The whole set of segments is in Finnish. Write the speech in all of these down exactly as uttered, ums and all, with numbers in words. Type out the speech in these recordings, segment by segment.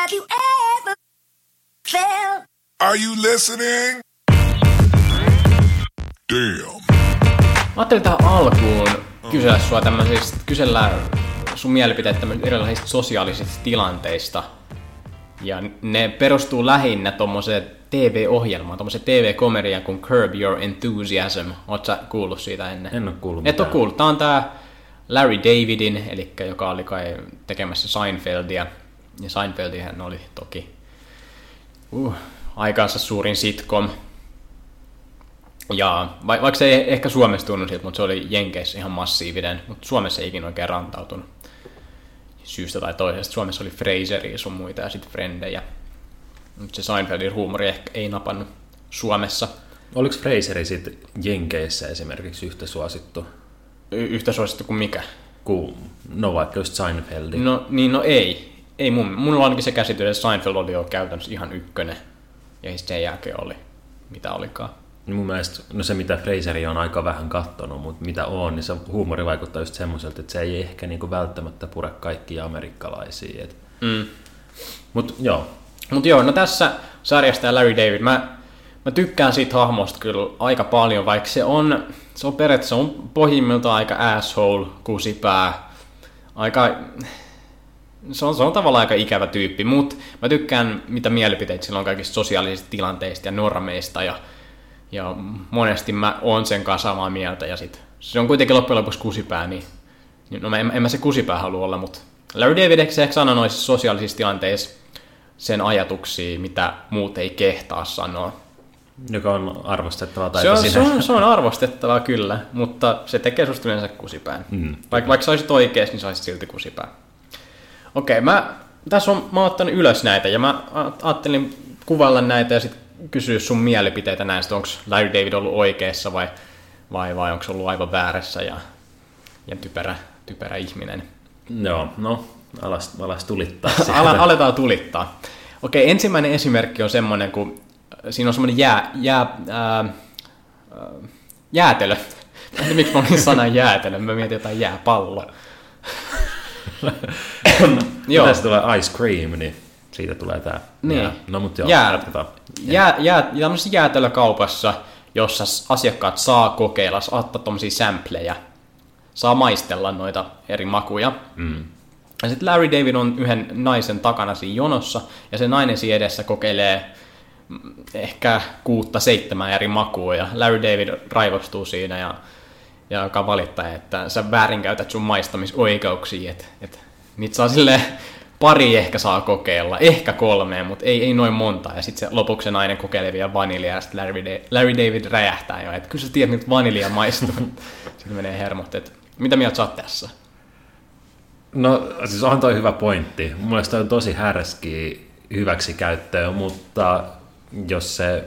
Have you ever felt? Are you listening? Damn. Mä ajattelin tähän alkuun kysellä sua tämmöisistä, kysellä sun mielipiteet tämmöisistä erilaisista sosiaalisista tilanteista. Ja ne perustuu lähinnä tommoseen T V-ohjelmaan, tommoseen T V-komediaan kuin Curb Your Enthusiasm. Oot sä kuullut siitä ennen? En oo kuullut Et mitään. oo kuullut. Tää on tää Larry Davidin, eli joka oli kai tekemässä Seinfeldia. Ja Seinfeldihän oli toki uh, aikaansa suurin sitcom. Ja va- vaikka se ei ehkä Suomessa tunnu siltä, mutta se oli Jenkeissä ihan massiivinen, mutta Suomessa ei ikinä oikein rantautunut syystä tai toisesta. Suomessa oli Fraseria sun muita ja sitten Frendejä. Mutta se Seinfeldin huumori ehkä ei napannut Suomessa. Oliko Fraseri sitten Jenkeissä esimerkiksi yhtä suosittu? Y- yhtä suosittu kuin mikä? Kuin, no vaikka just Seinfeldi. No niin, no ei. Ei mun, mulla on ainakin se käsitys, että Seinfeld oli jo käytännössä ihan ykkönen. Ja sitten sen jälkeen oli, mitä olikaan. Mun mielestä, no se mitä Fraseri on aika vähän kattonut, mutta mitä on, niin se huumori vaikuttaa just semmoiselta, että se ei ehkä niinku välttämättä pure kaikkia amerikkalaisia. Et. Mm. Mut joo. Mut joo, no tässä sarjasta ja Larry David, mä, mä tykkään siitä hahmosta kyllä aika paljon, vaikka se on, se on periaatteessa se on pohjimmiltaan aika asshole, kusipää, aika, se on, se on tavallaan aika ikävä tyyppi, mut mä tykkään mitä mielipiteitä sillä on kaikista sosiaalisista tilanteista ja normeista ja Ja monesti mä oon sen kanssa samaa mieltä ja sit se on kuitenkin loppujen lopuksi kusipää, niin no en, en mä se kusipää halua olla, mutta Larry David ehkä sanoo noissa sosiaalisissa tilanteissa sen ajatuksia, mitä muut ei kehtaa sanoa. Joka on arvostettavaa tai Se on, sinä. se, on, se on arvostettavaa kyllä, mutta se tekee susta yleensä kusipään. Mm. Vaik, vaikka sä olisit oikeas, niin sä olisit silti kusipää. Okei, mä, tässä on, mä oon ottanut ylös näitä ja mä ajattelin kuvailla näitä ja sitten kysyä sun mielipiteitä näistä, onko Larry David ollut oikeassa vai, vai, vai onko se ollut aivan väärässä ja, ja typerä, typerä ihminen. Joo, no alas, alas tulittaa. Ala, aletaan tulittaa. Okei, ensimmäinen esimerkki on semmoinen, kun siinä on semmoinen jää, jää, ää, jäätelö. Miksi mä olin sanan jäätelö? Mä mietin jotain jääpallo. Joo. Tässä tulee ice cream, niin siitä tulee tää. Niin. Jää. No mut joo, jää, jatketaan. Jää, jää, tämmöisessä jäätelökaupassa, jossa asiakkaat saa kokeilla, saa ottaa tommosia sampleja, saa maistella noita eri makuja. Mm. Ja sitten Larry David on yhden naisen takana siinä jonossa, ja se nainen siinä edessä kokeilee ehkä kuutta, seitsemän eri makua, ja Larry David raivostuu siinä ja, ja alkaa valittaa, että sä väärinkäytät sun maistamisoikeuksia, että et, niitä saa silleen pari ehkä saa kokeilla, ehkä kolmea, mutta ei, ei noin monta. Ja sitten lopuksi se nainen kokeilee vielä vaniljaa, ja sitten Larry, Da- Larry David räjähtää jo, että kyllä sä tiedät, miltä vanilja maistuu. Sitten menee hermot, että mitä mieltä sä oot tässä? No siis on toi hyvä pointti. Mun mielestä on tosi härskiä hyväksikäyttöä, mutta jos se...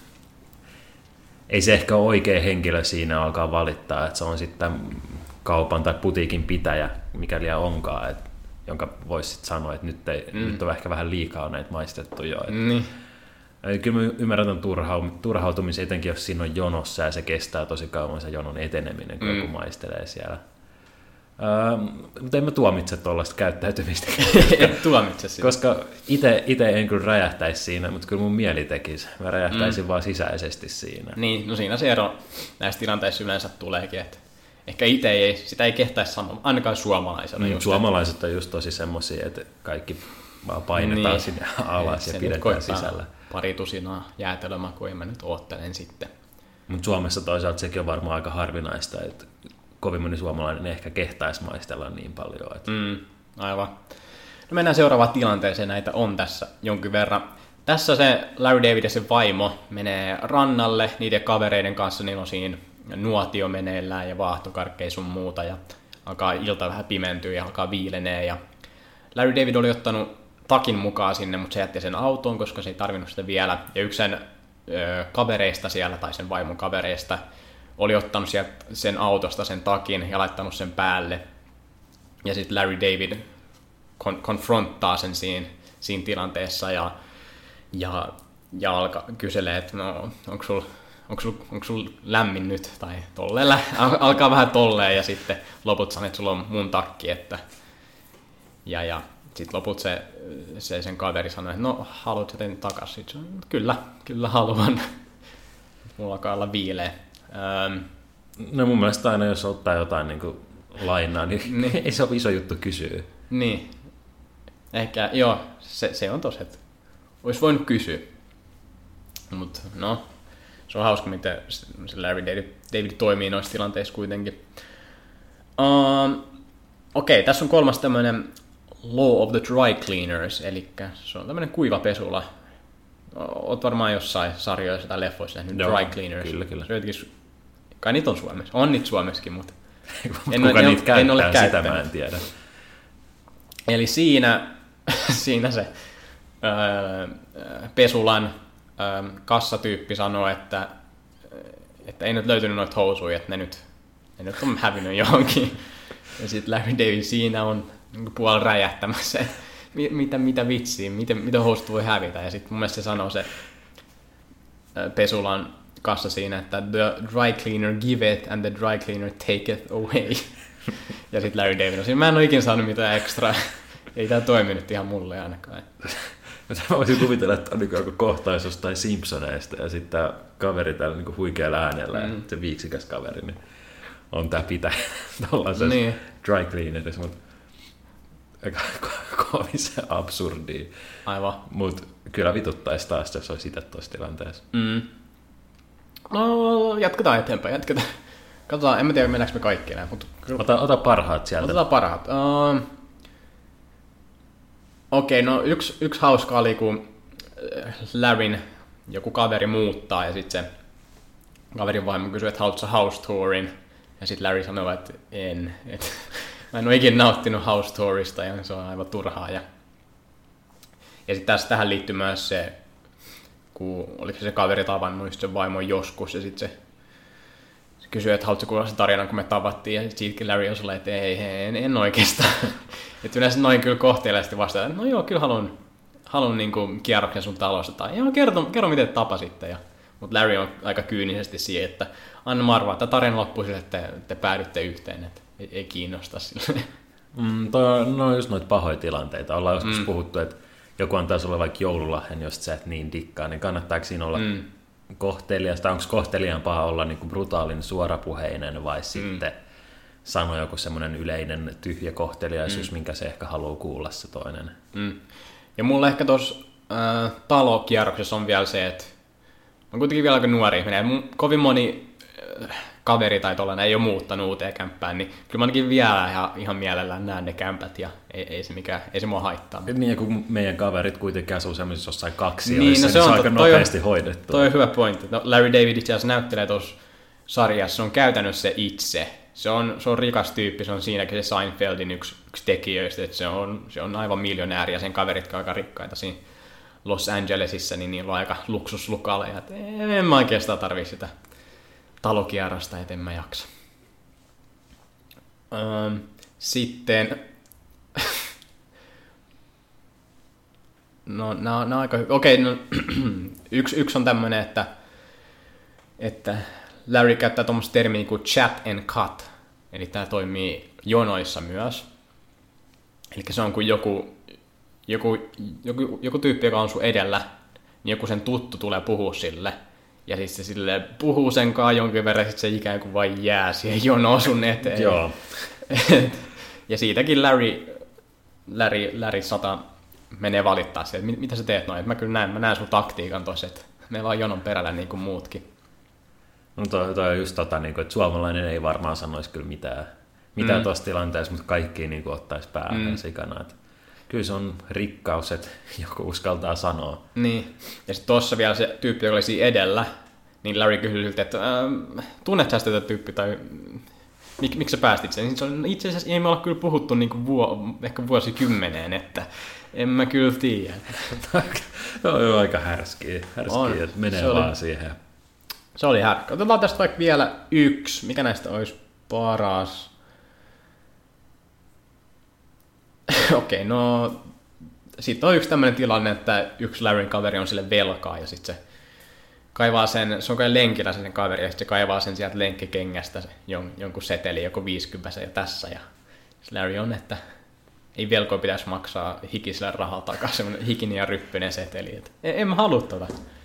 Ei se ehkä ole oikea henkilö siinä alkaa valittaa, että se on sitten kaupan tai putiikin pitäjä, mikäli onkaan, että jonka voisi sitten sanoa, että nyt, ei, mm. nyt on ehkä vähän liikaa näitä maistettu jo. Niin. Kyllä mä ymmärrän ton turha- turhautumisen, etenkin jos siinä on jonossa ja se kestää tosi kauan se jonon eteneminen, kun mm. joku maistelee siellä. Öö, mutta en mä tuomitse tuollaista käyttäytymistä. Et tuomitse sitä. Koska itse en kyllä räjähtäisi siinä, mutta kyllä mun mieli tekisi. Mä räjähtäisin mm. vaan sisäisesti siinä. Niin, no siinä se ero näissä tilanteissa yleensä tuleekin, että ehkä itse ei, sitä ei kehtäisi sanoa, ainakaan suomalaisena. Mm, just, suomalaiset on just tosi semmosia, että kaikki vaan painetaan niin sinne alas ja pidetään sisällä. Pari tusinaa jäätelömakuja mä nyt oottelen sitten. Mutta Suomessa toisaalta sekin on varmaan aika harvinaista, että kovin moni suomalainen ehkä kehtaisi maistella niin paljon. Että... Mm, aivan. No mennään seuraavaan tilanteeseen, näitä on tässä jonkin verran. Tässä se Larry David ja se vaimo menee rannalle niiden kavereiden kanssa, niillä on siinä nuotio meneillään ja vaahtokarkkeja sun muuta ja alkaa ilta vähän pimentyä ja alkaa viilenee ja Larry David oli ottanut takin mukaan sinne, mutta se jätti sen autoon, koska se ei tarvinnut sitä vielä ja yksi sen ö, kavereista siellä tai sen vaimon kavereista oli ottanut sieltä sen autosta sen takin ja laittanut sen päälle ja sitten Larry David kon- konfronttaa sen siinä, siinä tilanteessa ja, ja, ja alkaa kyselee, että no, onko sulla Onko sul, onko sul lämmin nyt? Tai tolleen, alkaa vähän tolleen ja sitten loput sanoo, että sulla on mun takki. Että... Ja, ja sitten loput se se sen kaveri sanoi, että no haluatko tein takaisin? Sitten kyllä, kyllä haluan. Mulla alkaa olla viileä. Ähm, no mun mielestä aina jos ottaa jotain niin kuin lainaa, niin, niin ei se ole iso juttu kysyä. Niin. Ehkä, joo, se, se on tossa, että olisi voinut kysyä. Mutta no, se on hauska, miten se Larry David, David toimii noissa tilanteissa kuitenkin. Um, Okei, okay, tässä on kolmas tämmöinen Law of the Dry Cleaners, eli se on tämmöinen kuivapesula. Oot varmaan jossain sarjoissa tai leffoissa nähnyt Dry Cleaners. Kyllä, kyllä. Se on jotenkin, kai niitä on Suomessa. On niitä Suomessakin, mutta en, kuka en, niitä käyttää, en ole sitä mä en tiedä. Eli siinä, siinä se öö, pesulan öö, kassatyyppi sanoo, että, että ei nyt löytynyt noita housuja, että ne nyt, ne nyt on hävinnyt johonkin. Ja sitten Larry David siinä on puolella räjähtämässä, että mitä, mitä vitsiä, miten, miten housut voi hävitä. Ja sitten mun mielestä se sanoo se pesulan kassa siinä, että the dry cleaner give it and the dry cleaner take it away. Ja sitten Larry David on siinä, mä en ole ikinä saanut mitään ekstraa. Ei tää toiminut ihan mulle ainakaan. Mä voisin kuvitella, että on niin joku kohtaus jostain Simpsoneista ja sitten tää kaveri täällä niin huikealla äänellä, mm. se viiksikäs kaveri, niin on tää pitäjä tollaisessa niin. Dry cleanerissa, mutta kovin se absurdia. Aivan. Mutta kyllä vituttaisi taas, jos olisi itse tuossa tilanteessa. Mm. No, jatketaan eteenpäin, jatketaan. Katsotaan, en mä tiedä, mennäänkö me kaikki enää. Mutta... Ota, ota parhaat sieltä. Otetaan parhaat. Uh, Okei, okay, no yksi, yksi hauska oli, kun Larryn joku kaveri muuttaa ja sitten se kaverin vaimo kysyy, että haluatko house tourin? Ja sitten Larry sanoi, että en. Että mä en ole ikinä nauttinut house tourista ja se on aivan turhaa. Ja, ja sitten tähän liittyy myös se, kun oliko se kaveri tavannut sen vaimon joskus ja sitten se, se kysyi, että haluatko kuulla se tarina, kun me tavattiin. Ja sitten siitäkin Larry on sellainen, että ei, ei en, en oikeastaan. Että yleensä noin kyllä kohteliaasti vastaan, että no joo, kyllä haluan, haluan niinku kierroksen sun talossa. Tai joo, kerro, kerro miten te tapasitte. Mutta Larry on aika kyynisesti siihen, että anna mä arvaa, että tarina loppuu sille, että te, te päädytte yhteen. Että ei, ei kiinnosta sille. Mm, toi on, no on just noita pahoja tilanteita. Ollaan joskus Mm. puhuttu, että joku antaa sulle vaikka joululahjan, jos sä et niin dikkaa, niin kannattaako siinä olla Mm. kohtelias, tai onko kohteliaampaa olla niinku brutaalin suorapuheinen vai sitten sanoa joku semmoinen yleinen tyhjä kohteliaisuus, mm. minkä se ehkä haluaa kuulla se toinen. Mm. Ja mulla ehkä tuossa äh, talokierroksessa on vielä se, että on kuitenkin vielä aika nuori ihminen. Mun kovin moni äh, kaveri tai tollainen ei ole muuttanut uuteen kämppään, niin kyllä mä ainakin vielä ihan, ihan mielellään näen ne kämpät ja ei, ei, se, mikä, ei se mua haittaa. Niin, ja kun meidän kaverit kuitenkin asuu semmoisessa jossain kaksi, niin, no se, se on, on aika toi nopeasti on, hoidettu. Toi on hyvä pointti. No, Larry David itse asiassa näyttelee tuossa sarjassa, se on käytännössä se itse. Se on, se on rikas tyyppi, se on siinäkin se Seinfeldin yksi, yksi tekijöistä, että se on, se on aivan miljonääri ja sen kaveritkin on aika rikkaita siinä Los Angelesissa, niin niillä on aika luksuslukaleja, että en mä oikeastaan tarvii sitä talokierrosta, et en mä jaksa. Ähm, sitten, no nää on aika hyvä, okei, no, yksi, yksi on tämmönen, että, että Larry käyttää tuommoista termiä kuin chat and cut, eli tämä toimii jonoissa myös. Eli se on kuin joku, joku, joku, joku tyyppi, joka on sun edellä, niin joku sen tuttu tulee puhua sille. Ja sitten se sille puhuu sen kanssa jonkin verran, sitten se ikään kuin vain jää siihen jonoon sun eteen. Joo. Ja siitäkin Larry, Larry, Larry sata menee valittaa siihen, että mitä sä teet noin. Mä kyllä näen, mä näen sun taktiikan tossa, että me vaan jonon perällä niin kuin muutkin. No toi, toi on just tota, niin kuin, että suomalainen ei varmaan sanoisi kyllä mitään, mitään mm. tuossa tilanteessa, mutta kaikki niin kuin, ottaisi päähän mm. sikana. Että kyllä se on rikkaus, että joku uskaltaa sanoa. Niin, ja sitten tuossa vielä se tyyppi, joka oli siinä edellä, niin Larry kysyi siltä, että ähm, tunnet sä tätä tyyppi, tai mik, miksi sä päästit sen? Se on, itse asiassa ei me olla kyllä puhuttu niin kuin vuo, ehkä vuosikymmeneen, että en mä kyllä tiedä. Se on aika härskiä, härskiä että menee oli, vaan siihen. Se oli härkkä. Otetaan tästä vaikka vielä yksi. Mikä näistä olisi paras? Okei, okay, no sitten on yksi tämmöinen tilanne, että yksi Larryn kaveri on sille velkaa ja sitten se kaivaa sen, se on kai lenkillä sen kaveri ja sitten se kaivaa sen sieltä lenkkikengästä jon, jonkun seteli, joku viisikymmentä ja tässä ja Larry on, että ei velkoja pitäisi maksaa hikisellä rahalla takaisin, semmoinen hikinen ja ryppyinen seteli. Et en, en mä halua tota.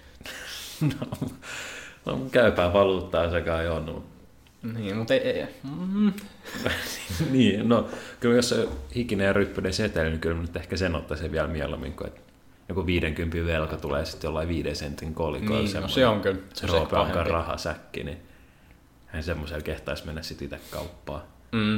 No, no käypää valuuttaa sekaan on. No. Niin, mutta ei... ei mm. Niin, no kyllä jos se hikinen ja ryppyinen seteli, niin kyllä nyt ehkä sen ottaisin vielä mieluummin, kun että joku viidenkympin velka tulee sitten jollain viiden sentin kolikoilla. Niin, no se on kyllä. Se Roope-Ankan rahasäkki, niin hän semmoisella kehtaisi mennä sitten itse kauppaan. Mm.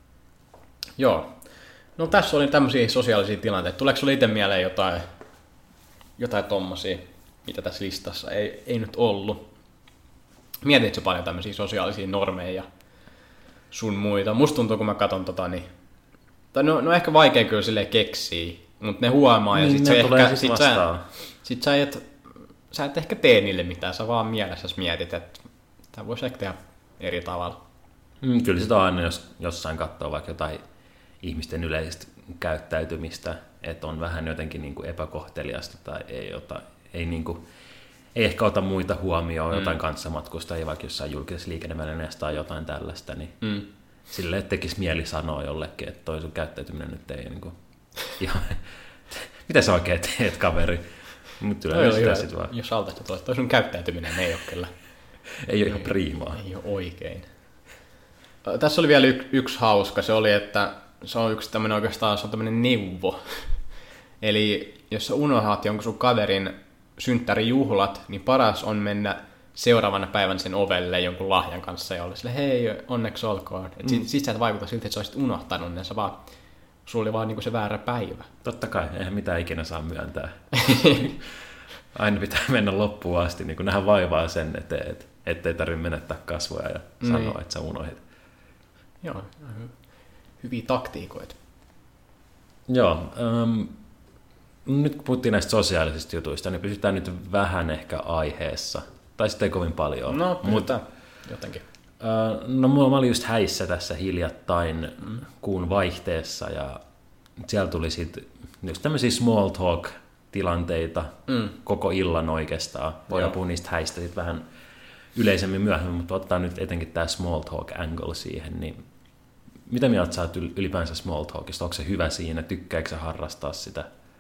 Joo. No tässä oli tämmöisiä sosiaalisia tilanteita. Tuleeko sinulle itse mieleen jotain, jotain tommosia, mitä tässä listassa ei, ei nyt ollut? Mietitkö paljon tämmöisiä sosiaalisia normeja sun muita? Musta tuntuu, kun mä katson tota, niin... Tai no, no ehkä vaikea kyllä silleen keksiä, mutta ne huomaa ja niin, sit, ne se ehkä, sit sit, sä, sit sä, et, sä et ehkä tee niille mitään, sä vaan mielessäsi mietit, että tää voisi ehkä tehdä eri tavalla. Mm, kyllä sitä on aina, jos jossain katsoo vaikka jotain ihmisten yleistä käyttäytymistä, että on vähän jotenkin niin kuin epäkohteliasta tai ei, ota, ei, niin kuin, ei ehkä ota muita huomioon, mm. jotain kanssamatkustajia, vaikka jossain julkisessa liikennevälineessä tai jotain tällaista, niin mm. silleen tekisi mieli sanoa jollekin, että toi sun käyttäytyminen nyt ei niin kuin, ihan, mitä sä oikein teet, kaveri? Mutta kyllä sitä sit vaan. Jos altaista tulee, toi sun käyttäytyminen ei ole kyllä. Ei ole ihan priimaa. Ei ole oikein. Tässä oli vielä y- yksi hauska, se oli, että se on yksi tämmöinen oikeastaan, se on tämmöinen neuvo. Eli jos sä unohdat jonkun sun kaverin synttärijuhlat, niin paras on mennä seuraavana päivänä sen ovelle jonkun lahjan kanssa ja olla sille, hei, onneksi olkoon. Mm. Sitten sit sä et vaikuta siltä, että sä olisit unohtanut ne, sä vaan, sulla oli vaan niinku se väärä päivä. Totta kai, eihän mitään ikinä saa myöntää. Aina pitää mennä loppuun asti, niin kun nähdään vaivaa sen eteen, et, ettei tarvitse menettää kasvoja ja niin. sanoa, että sä unohdit. Joo, hyviä taktiikoita. Joo, ähm, nyt kun puhuttiin näistä sosiaalisista jutuista, niin pysytään nyt vähän ehkä aiheessa. Tai sitten ei kovin paljon. No, mutta jotenkin. Äh, no, mä olin just häissä tässä hiljattain mm. kuun vaihteessa, ja siellä tuli sitten just tämmöisiä small talk-tilanteita mm. koko illan oikeastaan. Voidaan puhua niistä häistä sitten vähän yleisemmin myöhemmin, mutta ottaa nyt etenkin tämä small talk angle siihen, niin mitä mieltä sä oot ylipäänsä small talkista? Onko se hyvä siinä? Tykkääkö sä harrastaa sitä?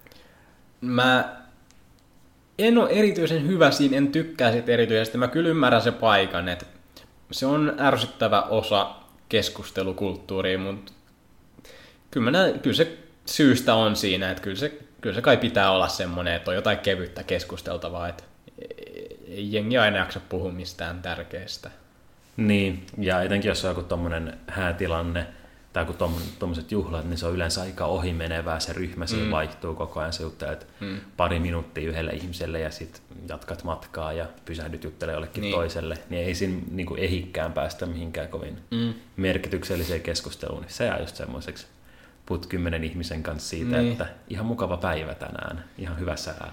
Mä en ole erityisen hyvä siinä, en tykkää siitä erityisesti. Mä kyllä ymmärrän se paikan, että se on ärsyttävä osa keskustelukulttuuria, mutta kyllä, näen, kyllä se syystä on siinä, että kyllä se, kyllä se kai pitää olla semmoinen, että on jotain kevyttä keskusteltavaa, että ei jengi aina jaksa puhua mistään tärkeästä. Niin, ja etenkin jos on joku tommonen häätilanne tai joku tommoset juhlat, niin se on yleensä aika ohimenevää, se ryhmä siinä mm. vaihtuu koko ajan, se juttelet mm. pari minuuttia yhdelle ihmiselle ja sitten jatkat matkaa ja pysähdyt juttelemaan jollekin niin. toiselle, niin ei siinä niin kuin ehikään päästä mihinkään kovin mm. merkitykselliseen keskusteluun, niin se jää just semmoiseksi, puhut kymmenen ihmisen kanssa siitä, niin. että ihan mukava päivä tänään, ihan hyvä sää.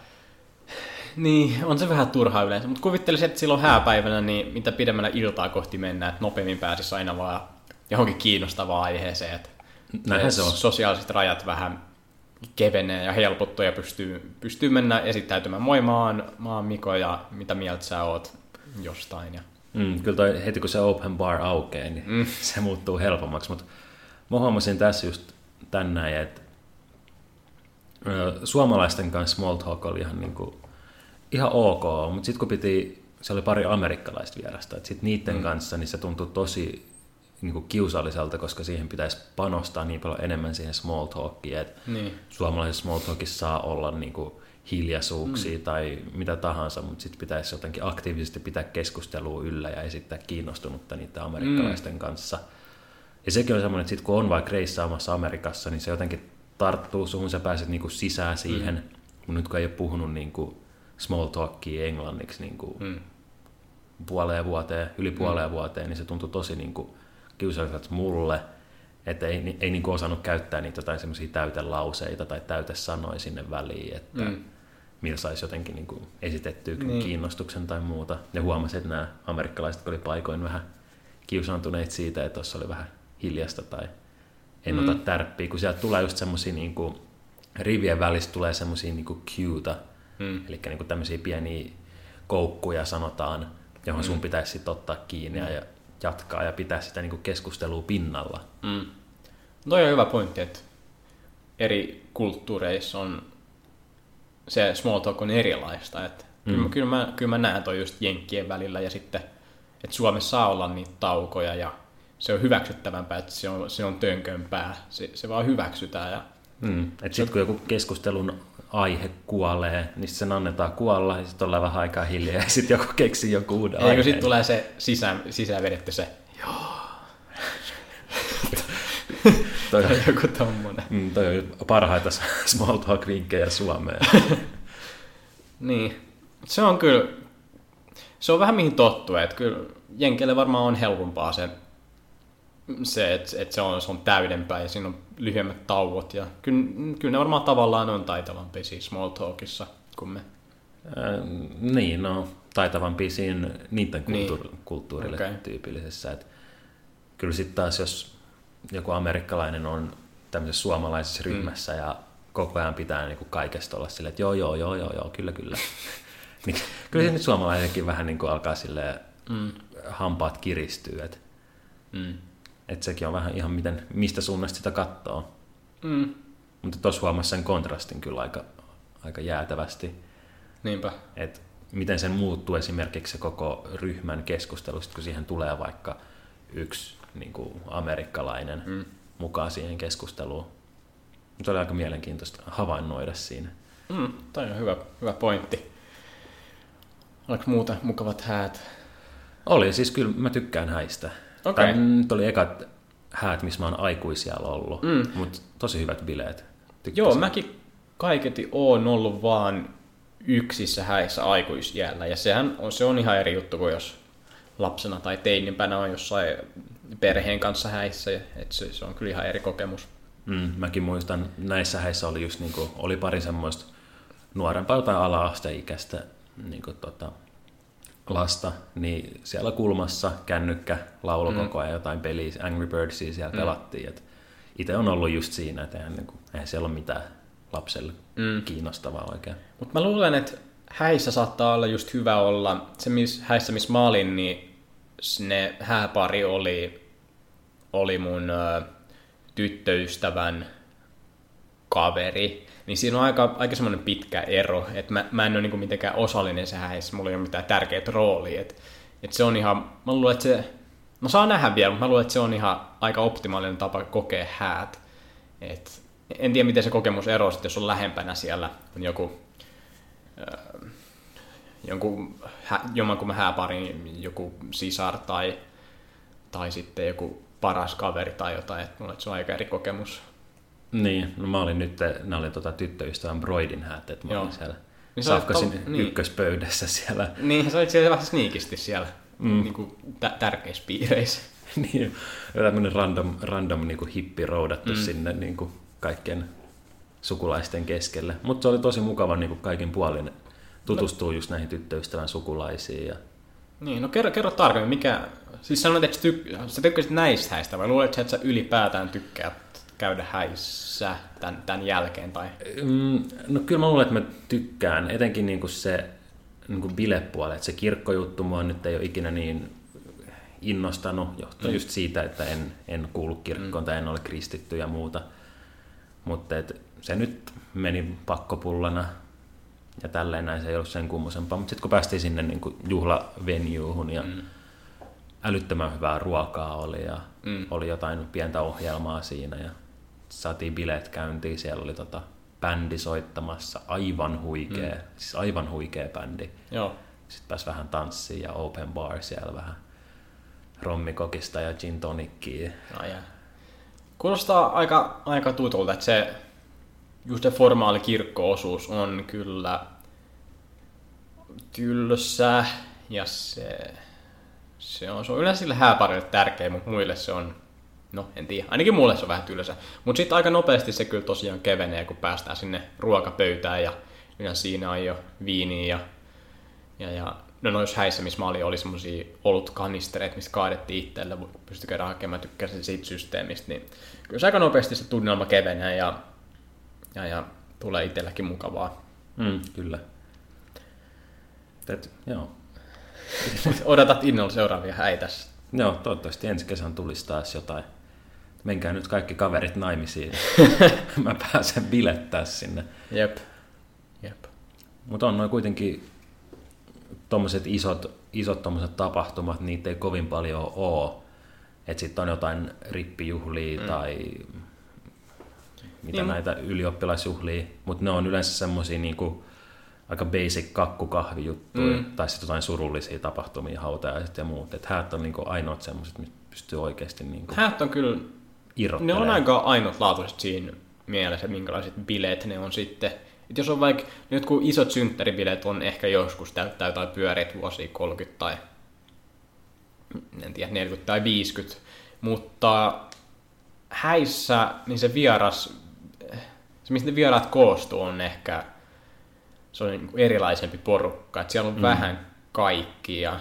Niin, on se vähän turhaa yleensä, mutta kuvittelisin, että silloin hääpäivänä, niin mitä pidemmällä iltaa kohti mennään, että nopeammin pääsisi aina vaan johonkin kiinnostavaan aiheeseen, että se on. Sosiaaliset rajat vähän kevenee ja helpottuu ja pystyy, pystyy mennä esittäytymään. Moi, mä oon, mä oon Miko ja mitä mieltä sä oot jostain. Ja... Mm, kyllä toi, heti kun se open bar aukeaa, niin mm. se muuttuu helpommaksi, mutta mä huomasin tässä just tänään, että suomalaisten kanssa small talk oli ihan niin kuin ihan ok, mutta sitten kun piti, se oli pari amerikkalaista vierasta, että sitten niiden mm. kanssa niin se tuntui tosi niin kuin kiusalliselta, koska siihen pitäisi panostaa niin paljon enemmän siihen small talkiin, että niin. suomalaisessa small talkissa saa olla niin kuin hiljaisuuksia mm. tai mitä tahansa, mutta sitten pitäisi jotenkin aktiivisesti pitää keskustelua yllä ja esittää kiinnostunutta niiden amerikkalaisten mm. kanssa. Ja sekin on semmoinen, että sitten kun on vaikka reissaamassa Amerikassa, niin se jotenkin tarttuu suhun, sä pääset niin kuin sisään siihen, mm. mutta nyt kun ei ole puhunut niin kuin small talkia englanniksi niin kuin mm. puoleen vuoteen, yli puoleen mm. vuoteen, niin se tuntui tosi niin kuin kiusalliselta mulle, että ei, ei niin kuin osannut käyttää niitä jotain semmoisia täytelauseita tai täytesanoja sinne väliin, että mm. millä saisi jotenkin niin kuin esitettyä niin. kiinnostuksen tai muuta. Ja huomasin, että nämä amerikkalaiset oli paikoin vähän kiusaantuneet siitä, että tuossa oli vähän hiljasta tai en mm. ota tärppiä, kun sieltä tulee just semmoisia niin kuin rivien välistä tulee semmoisia niin kuin cueita, mm. eli niin kuin tämmöisiä pieniä koukkuja sanotaan, johon sun mm. pitäisi sitten ottaa kiinni mm. ja jatkaa ja pitää sitä niin kuin keskustelua pinnalla. Mm. Toi on hyvä pointti, että eri kulttuureissa on se small talk on erilaista. Että mm. kyllä, kyllä, mä, kyllä mä näen toi just jenkkien välillä ja sitten, että Suomessa saa olla niitä taukoja ja se on hyväksyttävämpää, että se on, se on tönkömpää. Se, se vaan hyväksytään. Ja mm. Että sitten kun joku keskustelun aihe kuolee, niin sen annetaan kuolla ja sitten ollaan vähän aikaa hiljaa ja sitten joku keksii joku uuden aiheen. Eikö sitten tulee se sisään, sisään vedetty se joo. toi on joku tommonen. Mm, toi on parhaita small talk-vinkkejä Suomeen. Niin. Se on kyllä, se on vähän mihin tottuu, että kyllä jenkeille varmaan on helpompaa se, se että, että se, on, se on täydempää ja siinä on lyhyemmät tauot ja kyllä, kyllä ne varmaan tavallaan on taitavampia siinä small talkissa kuin me. Äh, niin, no taitavampi siinä niiden kulttuur- niin. kulttuurille Okay. tyypillisessä. Et kyllä sitten taas, jos joku amerikkalainen on tämmöisessä suomalaisessa ryhmässä mm. ja koko ajan pitää niinku kaikesta olla silleen, että joo, joo, joo, joo, joo kyllä, kyllä. niin, kyllä se nyt suomalaisenkin vähän niinku alkaa silleen, mm. hampaat kiristyy. Että mm. et sekin on vähän ihan miten, mistä suunnasta sitä katsoo. Mm. Mutta tuossa huomasi sen kontrastin kyllä aika, aika jäätävästi. Niinpä. Et miten sen muuttuu esimerkiksi se koko ryhmän keskustelusta, kun siihen tulee vaikka yksi niin kuin amerikkalainen mm. mukaan siihen keskusteluun. Se oli aika mielenkiintoista havainnoida siinä. Mm, toi on hyvä, hyvä pointti. Oliko muuta mukavat häät? Oli, siis kyllä mä tykkään häistä. Okay. Tai nyt oli ekat häät, missä mä oon aikuisiällä ollut, mm. mutta tosi hyvät bileet. Tykkäsin. Joo, mäkin kaiketi oon ollut vaan yksissä häissä aikuisiällä, ja sehän on, se on ihan eri juttu kuin jos lapsena tai teinimpänä on jossain perheen kanssa häissä, että se, se on kyllä ihan eri kokemus. Mm, mäkin muistan, näissä häissä oli just niinku, oli pari semmoista nuorempaa tai ala-asteikäistä niinku tota, lasta, niin siellä kulmassa kännykkä laulu mm. koko ajan jotain peliä, Angry Birdsia siellä mm. pelattiin. Et itse on ollut just siinä, että eihän, niinku, eihän siellä ole mitään lapselle mm. kiinnostavaa oikein. Mutta mä luulen, että häissä saattaa olla just hyvä olla, se miss, häissä missä mä olin, niin ne hääpari oli, oli mun ö, tyttöystävän kaveri, niin siinä on aika, aika semmoinen pitkä ero, että mä, mä en ole niinku mitenkään osallinen se häissä, mulla ei ole mitään tärkeät roolia, että et se on ihan, mä luulen, että se, no saa nähdä vielä, mutta mä luulen, että se on ihan aika optimaalinen tapa kokea häät, et en tiedä, miten se kokemus eroaa, jos on lähempänä siellä on joku äh, jonkun hä, jommankumman hääparin joku sisar tai, tai sitten joku paras kaveri tai jotain, että mulla se on aika eri kokemus. Niin, no mä olin nyt, ne oli tota tyttöystävän Broidin häät, että mä Joo. olin siellä niin Safkasin to, niin. ykköspöydässä siellä. Niin, sä olit siellä vähän sniikisti siellä mm. niin kuin tä- tärkeissä piireissä. niin, tämmöinen random, random niin kuin hippi roudattu mm. sinne niin kuin kaikkien sukulaisten keskelle. Mutta se oli tosi mukava niin kuin kaikin puolin tutustua no. just näihin tyttöystävän sukulaisiin. Ja... Niin, no kerro, kerro tarkemmin, mikä... Siis sanoit, että sä, tyk... sä tykkäsit näistä häistä, vai luulet, että sä ylipäätään tykkäät käydä häissä tämän, tämän jälkeen? Tai... Mm, no kyllä mä luulen, että mä tykkään, etenkin niin kuin se niin kuin bilepuoli, että se kirkkojuttu mua nyt ei ole ikinä niin innostanut, johtuen mm. just siitä, että en, en kuulu kirkkoon mm. tai en ole kristitty ja muuta. Mutta se nyt meni pakkopullana ja tälleen näin, se ei ollut sen kummosempaa. Mutta sitten kun päästiin sinne niin kuin juhlavenuuhun ja mm. älyttömän hyvää ruokaa oli ja mm. oli jotain pientä ohjelmaa siinä ja saatiin bileet käyntiin. Siellä oli tota bändi soittamassa, aivan huikea, mm. siis aivan huikea bändi. Joo. Sitten pääsi vähän tanssiin ja open bar siellä vähän rommikokista ja gin tonickia. No, yeah. Kuulostaa aika, aika tutulta, että se just se formaali kirkko-osuus on kyllä tylsä ja se, se, on, se on yleensä sille hääparille tärkeä, mutta muille se on, no en tiedä, ainakin mulle se on vähän tylsä. Mutta sitten aika nopeasti se kyllä tosiaan kevenee, kun päästään sinne ruokapöytään ja yleensä siinä on jo viiniä ja, ja, ja no noissa häissä, missä mä olin, oli semmosia olutkanistereita, mistä kaadettiin itselle, pystyi käydä hakemaan, tykkäsin siitä systeemistä, niin kyllä se aika nopeasti se tunnelma kevenee ja, ja, ja tulee itselläkin mukavaa. Mm, kyllä. Tät, joo. Odotat innolla seuraavia häitä. Joo, toivottavasti ensi kesän tulisi taas jotain Menkää nyt kaikki kaverit naimisiin. Mä pääsen bilettää sinne. Jep. Jep. Mutta on noin kuitenkin tommoset isot, isot tommoset tapahtumat, niitä ei kovin paljon ole. Että sitten on jotain rippijuhlia mm. tai mitä niin, näitä ylioppilaisjuhlia, mutta ne on yleensä semmosia niinku aika basic kakkukahvijuttuja mm. tai sitten jotain surullisia tapahtumia, hautajaiset ja muut. Että häät on niinku ainoat semmoiset, mistä pystyy oikeasti niinku häät on kyllä, ne on aika ainutlaatuiset siinä mielessä, minkälaiset bileet ne on sitten. Et jos on vaikka jotkut isot synttäribileet on ehkä joskus täyttää jotain pyöreitä vuosia kolmekymmentä tai en tiedä, neljäkymmentä tai viisikymmentä, mutta häissä niin se vieras, se mistä ne vieraat koostuu on ehkä se on niin kuin erilaisempi porukka, että siellä on mm. vähän kaikkia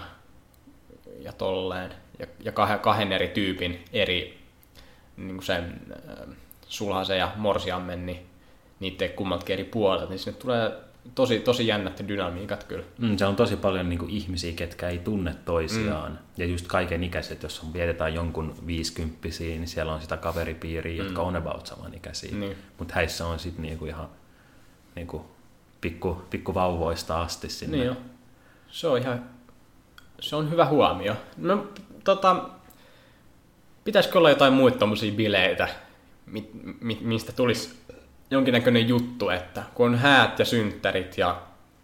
ja tolleen ja, ja kahden, kahden eri tyypin eri niin kuin sen äh, sulhasen ja morsiammen, niin niitä kummaltakin eri puolelta, niin sinne tulee tosi, tosi jännät dynamiikat kyllä. Mm, se on tosi paljon niin kuin ihmisiä, ketkä ei tunne toisiaan. Mm. Ja just kaiken ikäiset, jos on vietetään jonkun viisikymppisiä, niin siellä on sitä kaveripiiriä, mm. jotka on about samanikäisiä. Niin. Mutta häissä on sitten niinku ihan niinku pikku, pikku vauvoista asti sinne. Niin jo. Se on ihan se on hyvä huomio. No, tota, pitäisikö olla jotain muita tommosia bileitä, mi, mi, mistä tulisi jonkinnäköinen juttu, että kun on häät ja synttärit ja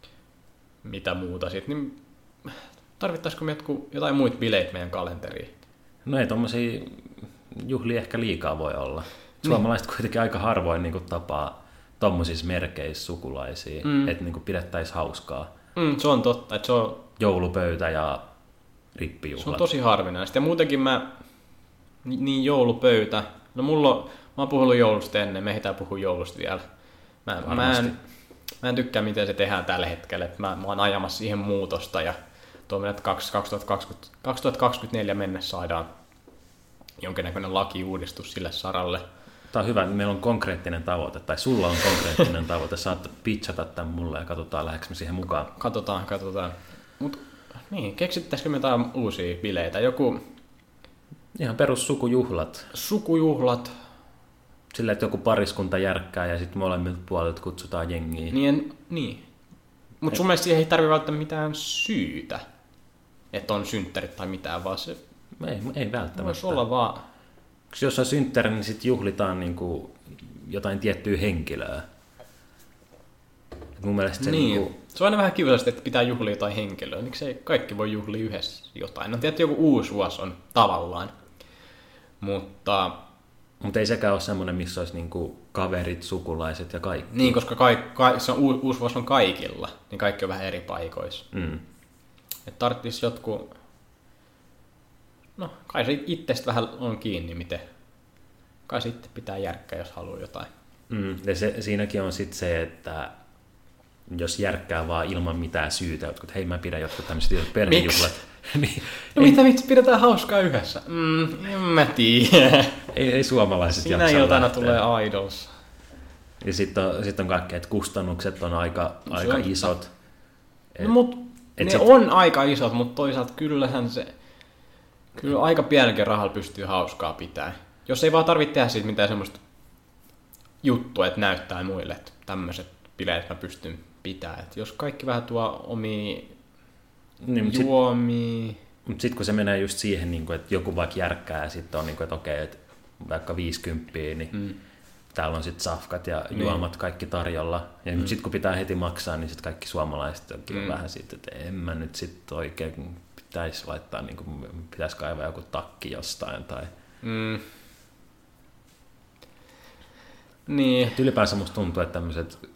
mitä muuta sit, niin tarvittaisiko me jotain muita bileitä meidän kalenteriin? No ei tommosia juhlia ehkä liikaa voi olla. Suomalaiset niin. Kuitenkin aika harvoin niin kuin tapaa tommosissa merkeissä sukulaisia, mm. että niin kuin pidettäisiin hauskaa. Mm, se on totta. Että se on joulupöytä ja rippijuhlat. Se on tosi harvinaista. Ja muutenkin mä, niin joulupöytä, no mulla on, mä oon puhunut joulusta ennen, me ehditään puhua joulusta vielä. Mä, mä, en, mä en tykkää, miten se tehdään tällä hetkellä. Että mä, mä oon ajamassa siihen muutosta ja toivon, että kaksituhattakaksikymmentä, kaksituhattakaksikymmentäneljä mennessä saadaan jonkinnäköinen lakiuudistus sille saralle. Tämä on hyvä, meillä on konkreettinen tavoite, tai sulla on konkreettinen tavoite. Saat pitchata tämän mulle ja katsotaan, lähdekö me siihen mukaan. Katsotaan, katsotaan. Mut niin, keksittäisikö me jotain uusia bileitä? Joku ihan perus sukujuhlat. Sukujuhlat. Sillä, että joku pariskunta järkkää ja sitten molemmilta puolilta kutsutaan jengiä. Niin, niin. Mutta sun mielestä siihen ei tarvitse välttämättä mitään syytä, että on synttärit tai mitään, vaan se ei, ei välttämättä. Voisi olla vaan. Jos on synttäri, niin sitten juhlitaan niinku jotain tiettyä henkilöä. Mun mielestä se, niin. niinku Se on aina vähän kiusallista, että pitää juhlia jotain henkilöä. Miksei kaikki voi juhlia yhdessä jotain? No tietysti joku uusi vuosi on tavallaan. Mutta Mutta ei sekään ole semmoinen, missä olisi niinku kaverit, sukulaiset ja kaikki. Niin, koska kaik, ka, se on, uusi vuosi on kaikilla, niin kaikki on vähän eri paikoissa. Mm. Että tarvitsisi jotkut. No, kai se itsestä vähän on kiinni, miten. Kai se itse pitää järkkää, jos haluaa jotain. Mm. Ja se, siinäkin on sitten se, että jos järkkää vaan ilman mitään syytä, jotkut, hei mä pidän jotkut tämmöiset perhejuhlat. niin, no ei, mitä vitsi, pidetään hauskaa yhdessä? Mm, en mä tiedä. Ei, ei suomalaiset Siinä jaksa iltana lähteä. tulee Idols. Ja sitten on, sit on kaikkea, että kustannukset on aika, no, aika on isot. Et, no, mut ne sit on aika isot, mutta toisaalta kyllähän se kyllä aika pienelläkin rahalla pystyy hauskaa pitää. Jos ei vaan tarvitse tehdä siitä mitään semmoista juttua, että näyttää muille, että tämmöiset bileet mä pystyn pitämään. Et jos kaikki vähän tuo omia niin, juomia. Mutta sit, sitten kun se menee just siihen, niin kun, että joku vaikka järkkää ja sitten on, niin kun, että okei, että vaikka viisikymppiä, niin mm. täällä on sitten safkat ja niin. juomat kaikki tarjolla. Ja mm. sitten kun pitää heti maksaa, niin sitten kaikki suomalaiset onkin mm. vähän sitten, että en mä nyt sitten oikein pitäisi laittaa, niin kuin, pitäisi kaivaa joku takki jostain. Tai mm. Niin. Et ylipäänsä musta tuntuu, että tämmöiset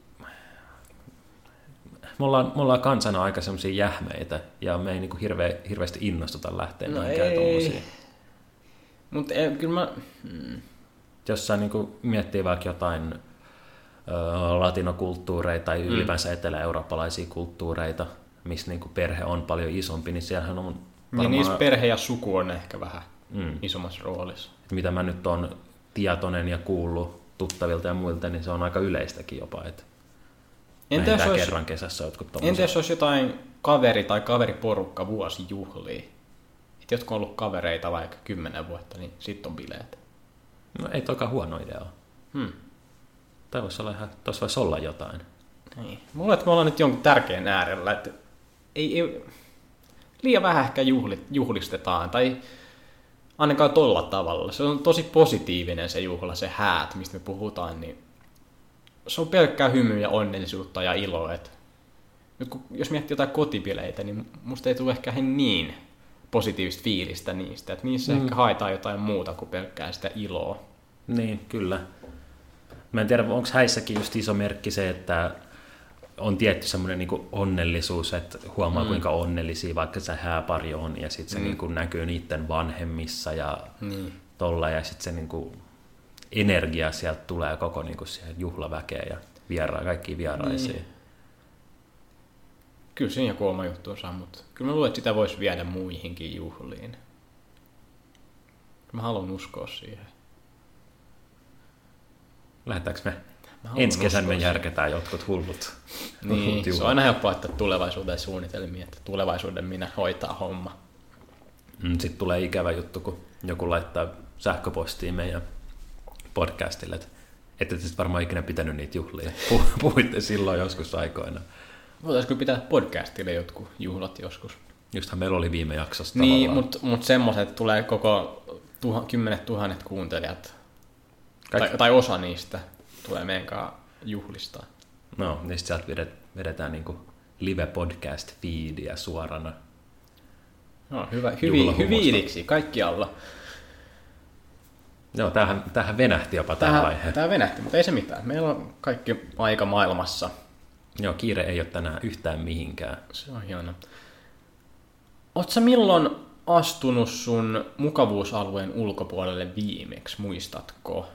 Me ollaan, me ollaan kansana aika semmoisia jähmeitä, ja me ei niinku hirveä, hirveästi innostuta lähteä no mihinkään tommosia. Mutta kyllä mä Hmm. Jos sä niinku miettii vaikka jotain ö, latinokulttuureita tai mm. ylipäänsä etelä-eurooppalaisia kulttuureita, missä niinku perhe on paljon isompi, niin siellähän on varmaan... Niin niissä perhe ja suku on ehkä vähän mm. isommassa roolissa. Mitä mä nyt on tietoinen ja kuullut tuttavilta ja muilta, niin se on aika yleistäkin jopa, että entä jos olisi, kerran kesässä jotkut tommosia. Entä jos olisi jotain kaveri tai kaveriporukka vuosijuhlia? Et jotkut on ollut kavereita vaikka kymmenen vuotta, niin sitten on bileet. No ei toikaan huono idea ole. Hmm. Tai voisi olla ihan, tuossa voisi olla jotain. Niin. Mulla, että me ollaan nyt jonkun tärkeän äärellä, että ei, ei, liian vähän ehkä juhli, juhlistetaan, tai ainakaan tolla tavalla. Se on tosi positiivinen se juhla, se häät, mistä me puhutaan, niin se on pelkkää hymyä ja onnellisuutta ja iloa. Että nyt kun, jos miettii jotain kotibileitä, niin musta ei tule ehkä niin positiivista fiilistä niistä, että niissä mm. ehkä haetaan jotain muuta kuin pelkkää sitä iloa. Niin, kyllä. Mä en tiedä, onko häissäkin just iso merkki se, että on tietty semmoinen niin onnellisuus, että huomaa mm. kuinka onnellisia vaikka se hääpari on, ja sitten se mm. niin kuin näkyy niiden vanhemmissa ja mm. tolla, ja sitten se niin kuin energia sieltä tulee koko niin kuin siihen juhlaväkeen ja viera- kaikkiin vieraisiin. Mm. Kyllä siinä joku oma juttuunsa, mutta kyllä mä luulen, että sitä voisi viedä muihinkin juhliin. Mä haluan uskoa siihen. Lähdetäänkö me? Ensi kesän me järketään jotkut hullut. Niin, hullut se on aina helppoa, että tulevaisuuteen suunnitelmia, että tulevaisuuden minä hoitaa homma. Sitten tulee ikävä juttu, kun joku laittaa sähköpostiin meidän podcastille, että ette sitten varmaan ikinä pitänyt niitä juhlia. Puhuitte silloin joskus aikoina. Voitaisiko pitää podcastille jotkut juhlat joskus? Justhan meillä oli viime jaksossa niin, mutta mut semmoiset tulee koko tuha, kymmenet tuhannet kuuntelijat. Tai, tai osa niistä tulee meidän kanssa juhlistaa. No, niin sieltä vedet, vedetään niinku live-podcast-feedia suorana. No, hyvä, hyvi, hyviiliksi, kaikkialla. Joo, tämähän, tämähän venähti jopa tämä vaihe. Tämä venähti, mutta ei se mitään. Meillä on kaikki aika maailmassa. Joo, kiire ei ole tänään yhtään mihinkään. Se on hienoa. Ootko sä milloin astunut sun mukavuusalueen ulkopuolelle viimeksi, muistatko?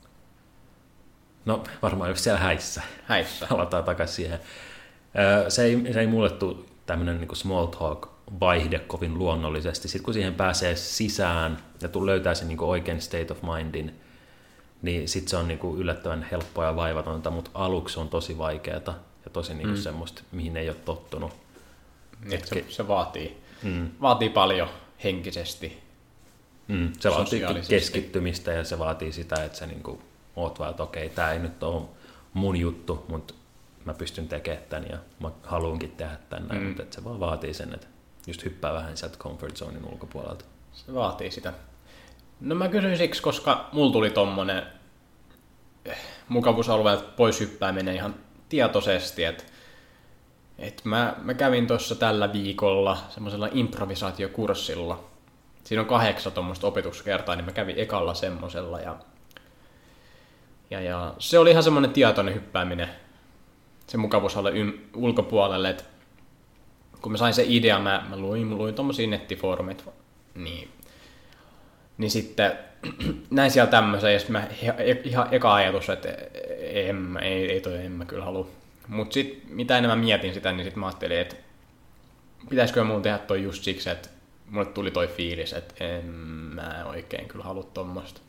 No varmaan just siellä häissä. Häissä. Palataan takaisin siihen. Se ei, se ei mulle tule tämmöinen niin kuin small talk vaihde kovin luonnollisesti. Sitten kun siihen pääsee sisään ja löytää sen niin kuin oikein state of mindin, niin sitten se on niin kuin yllättävän helppoa ja vaivatonta, mutta aluksi on tosi vaikeaa ja tosi niin kuin mm. semmoista, mihin ei ole tottunut. Niin, se, se vaatii, mm. vaatii paljon henkisesti. Mm, se vaatii keskittymistä ja se vaatii sitä, että sä niin kuin oot vaan, että okei, tämä ei nyt ole mun juttu, mutta mä pystyn tekemään tämän ja mä haluankin tehdä tämän, mm. mutta se vaan vaatii sen, että just hyppää vähän sieltä comfort zonein ulkopuolelta. Se vaatii sitä. No mä kysyin siksi, koska mulla tuli tommonen mukavuusalueelta pois hyppääminen ihan tietoisesti, että et mä, mä kävin tuossa tällä viikolla semmoisella improvisaatiokurssilla. Siinä on kahdeksan tuommoista opetuskertaa, niin mä kävin ekalla semmosella ja, ja, ja se oli ihan semmoinen tietoinen hyppääminen se mukavuusalueen ulkopuolelle, että kun mä sain se idea, mä, mä luin, luin tommosia nettifoorumeita, niin, niin sitten näin siellä tämmöisen, ja sitten mä ihan eka ajatus, että en, ei, ei toi en mä kyllä halua. Mutta sitten mitä enemmän mietin sitä, niin sitten mä ajattelin, että pitäisikö mun tehdä toi just siksi, että mulle tuli toi fiilis, että en mä oikein kyllä halua tommoista.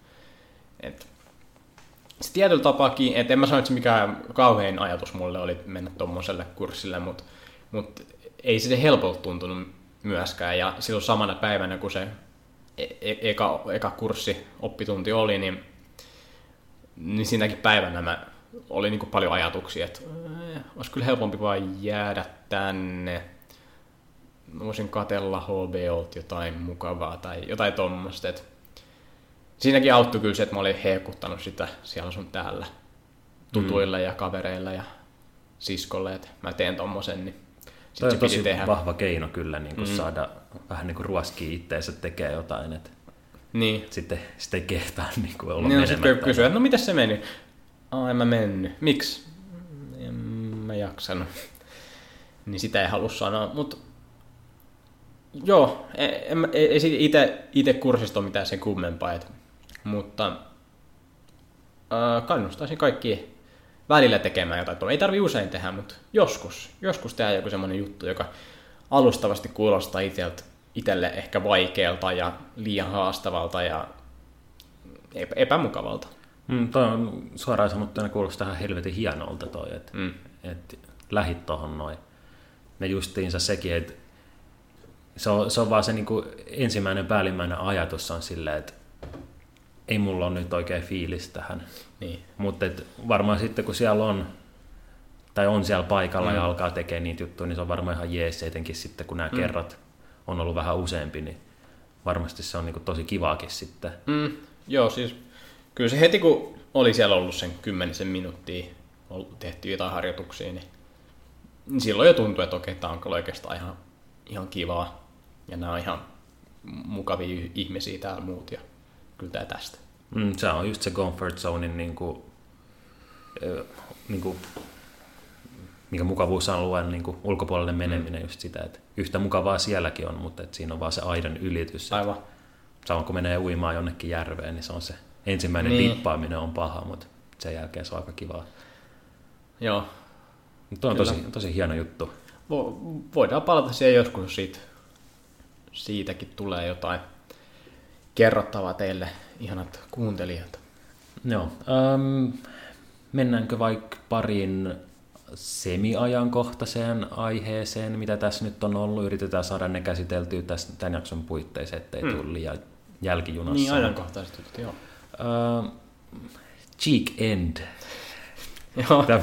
Se tietyllä tapaakin, että en mä sano, että se mikään kauhein ajatus mulle oli mennä tommoselle kurssille, mutta mut ei se helpolta tuntunut myöskään. Ja silloin samana päivänä, kun se e- eka, eka kurssi, oppitunti oli, niin, niin siinäkin päivänä mä oli niin kuin paljon ajatuksia, että äh, olisi kyllä helpompi vaan jäädä tänne. Mä voisin katsella H B O:lta jotain mukavaa tai jotain tommoista. Et siinäkin auttoi kyllä se, että mä olin hehkuttanut sitä siellä sun täällä tutuille mm. ja kavereille ja siskolle, että mä teen tommosen, niin sit toi se on tosi tehdä. Vahva keino kyllä niin kuin mm. saada vähän niin kuin ruoskia itteensä tekee jotain, että niin. sitten, sitten ei kehtaa niin kuin olla niin, menemättä. Sitten kysyä, että no mitäs se meni? Aa, en mä mennyt. Miksi? En mä jaksanut. Niin sitä ei halua sanoa, mutta joo, en, ei, ei ite, ite kurssista ole mitään sen kummempaa, et, mutta äh, kannustaisin kaikki välillä tekemään jotain. Ei tarvitse usein tehdä, mutta joskus. Joskus tehdään joku semmoinen juttu, joka alustavasti kuulostaa iteltä, itselle ehkä vaikealta ja liian haastavalta ja epämukavalta. Mm, toi on suoraan sanottuna kuulostaa ihan helvetin hienolta toi, että mm. et lähit tohon noin. Ne justiinsa sekin, että se on, se on vaan se niin kuin ensimmäinen päällimmäinen ajatus on silleen, että ei mulla ole nyt oikein fiilis tähän. Niin. Mutta varmaan sitten kun siellä on, tai on siellä paikalla mm. ja alkaa tekemään niitä juttuja, niin se on varmaan ihan jees, etenkin sitten kun nämä mm. kerrat on ollut vähän useampi, niin varmasti se on niin kuin tosi kivaakin sitten. Mm. Joo, siis kyllä se heti kun oli siellä ollut sen kymmenisen minuuttia, tehtiin jotain harjoituksia, niin, niin silloin jo tuntui, että okei, tämä on kyllä oikeastaan ihan, ihan kivaa. Ja nämä on ihan mukavia ihmisiä täällä muut, ja kyllä tämä tästä. Mm, se on just se comfort zonein, niin kuin, niin kuin, mikä mukavuusalueen niin kuin ulkopuolelle meneminen, mm. just sitä, että yhtä mukavaa sielläkin on, mutta että siinä on vaan se aidan ylitys. Aivan. Samoin kun menee uimaan jonnekin järveen, niin se on se ensimmäinen niin. dippaaminen on paha, mutta sen jälkeen se on aika kivaa. Joo. Mutta on tosi, tosi hieno juttu. Vo, voidaan palata siihen joskus, jos siitä, siitäkin tulee jotain kerrottavaa teille, ihanat kuuntelijat. Joo. Ähm, mennäänkö vaikka pariin semi-ajankohtaiseen aiheeseen, mitä tässä nyt on ollut? Yritetään saada ne käsiteltyä tässä, tämän jakson puitteissa, ettei mm. tule liian jälkijunassa. Niin, ajankohtaisesti, joo. Uh, cheek end. Joo. Tämä,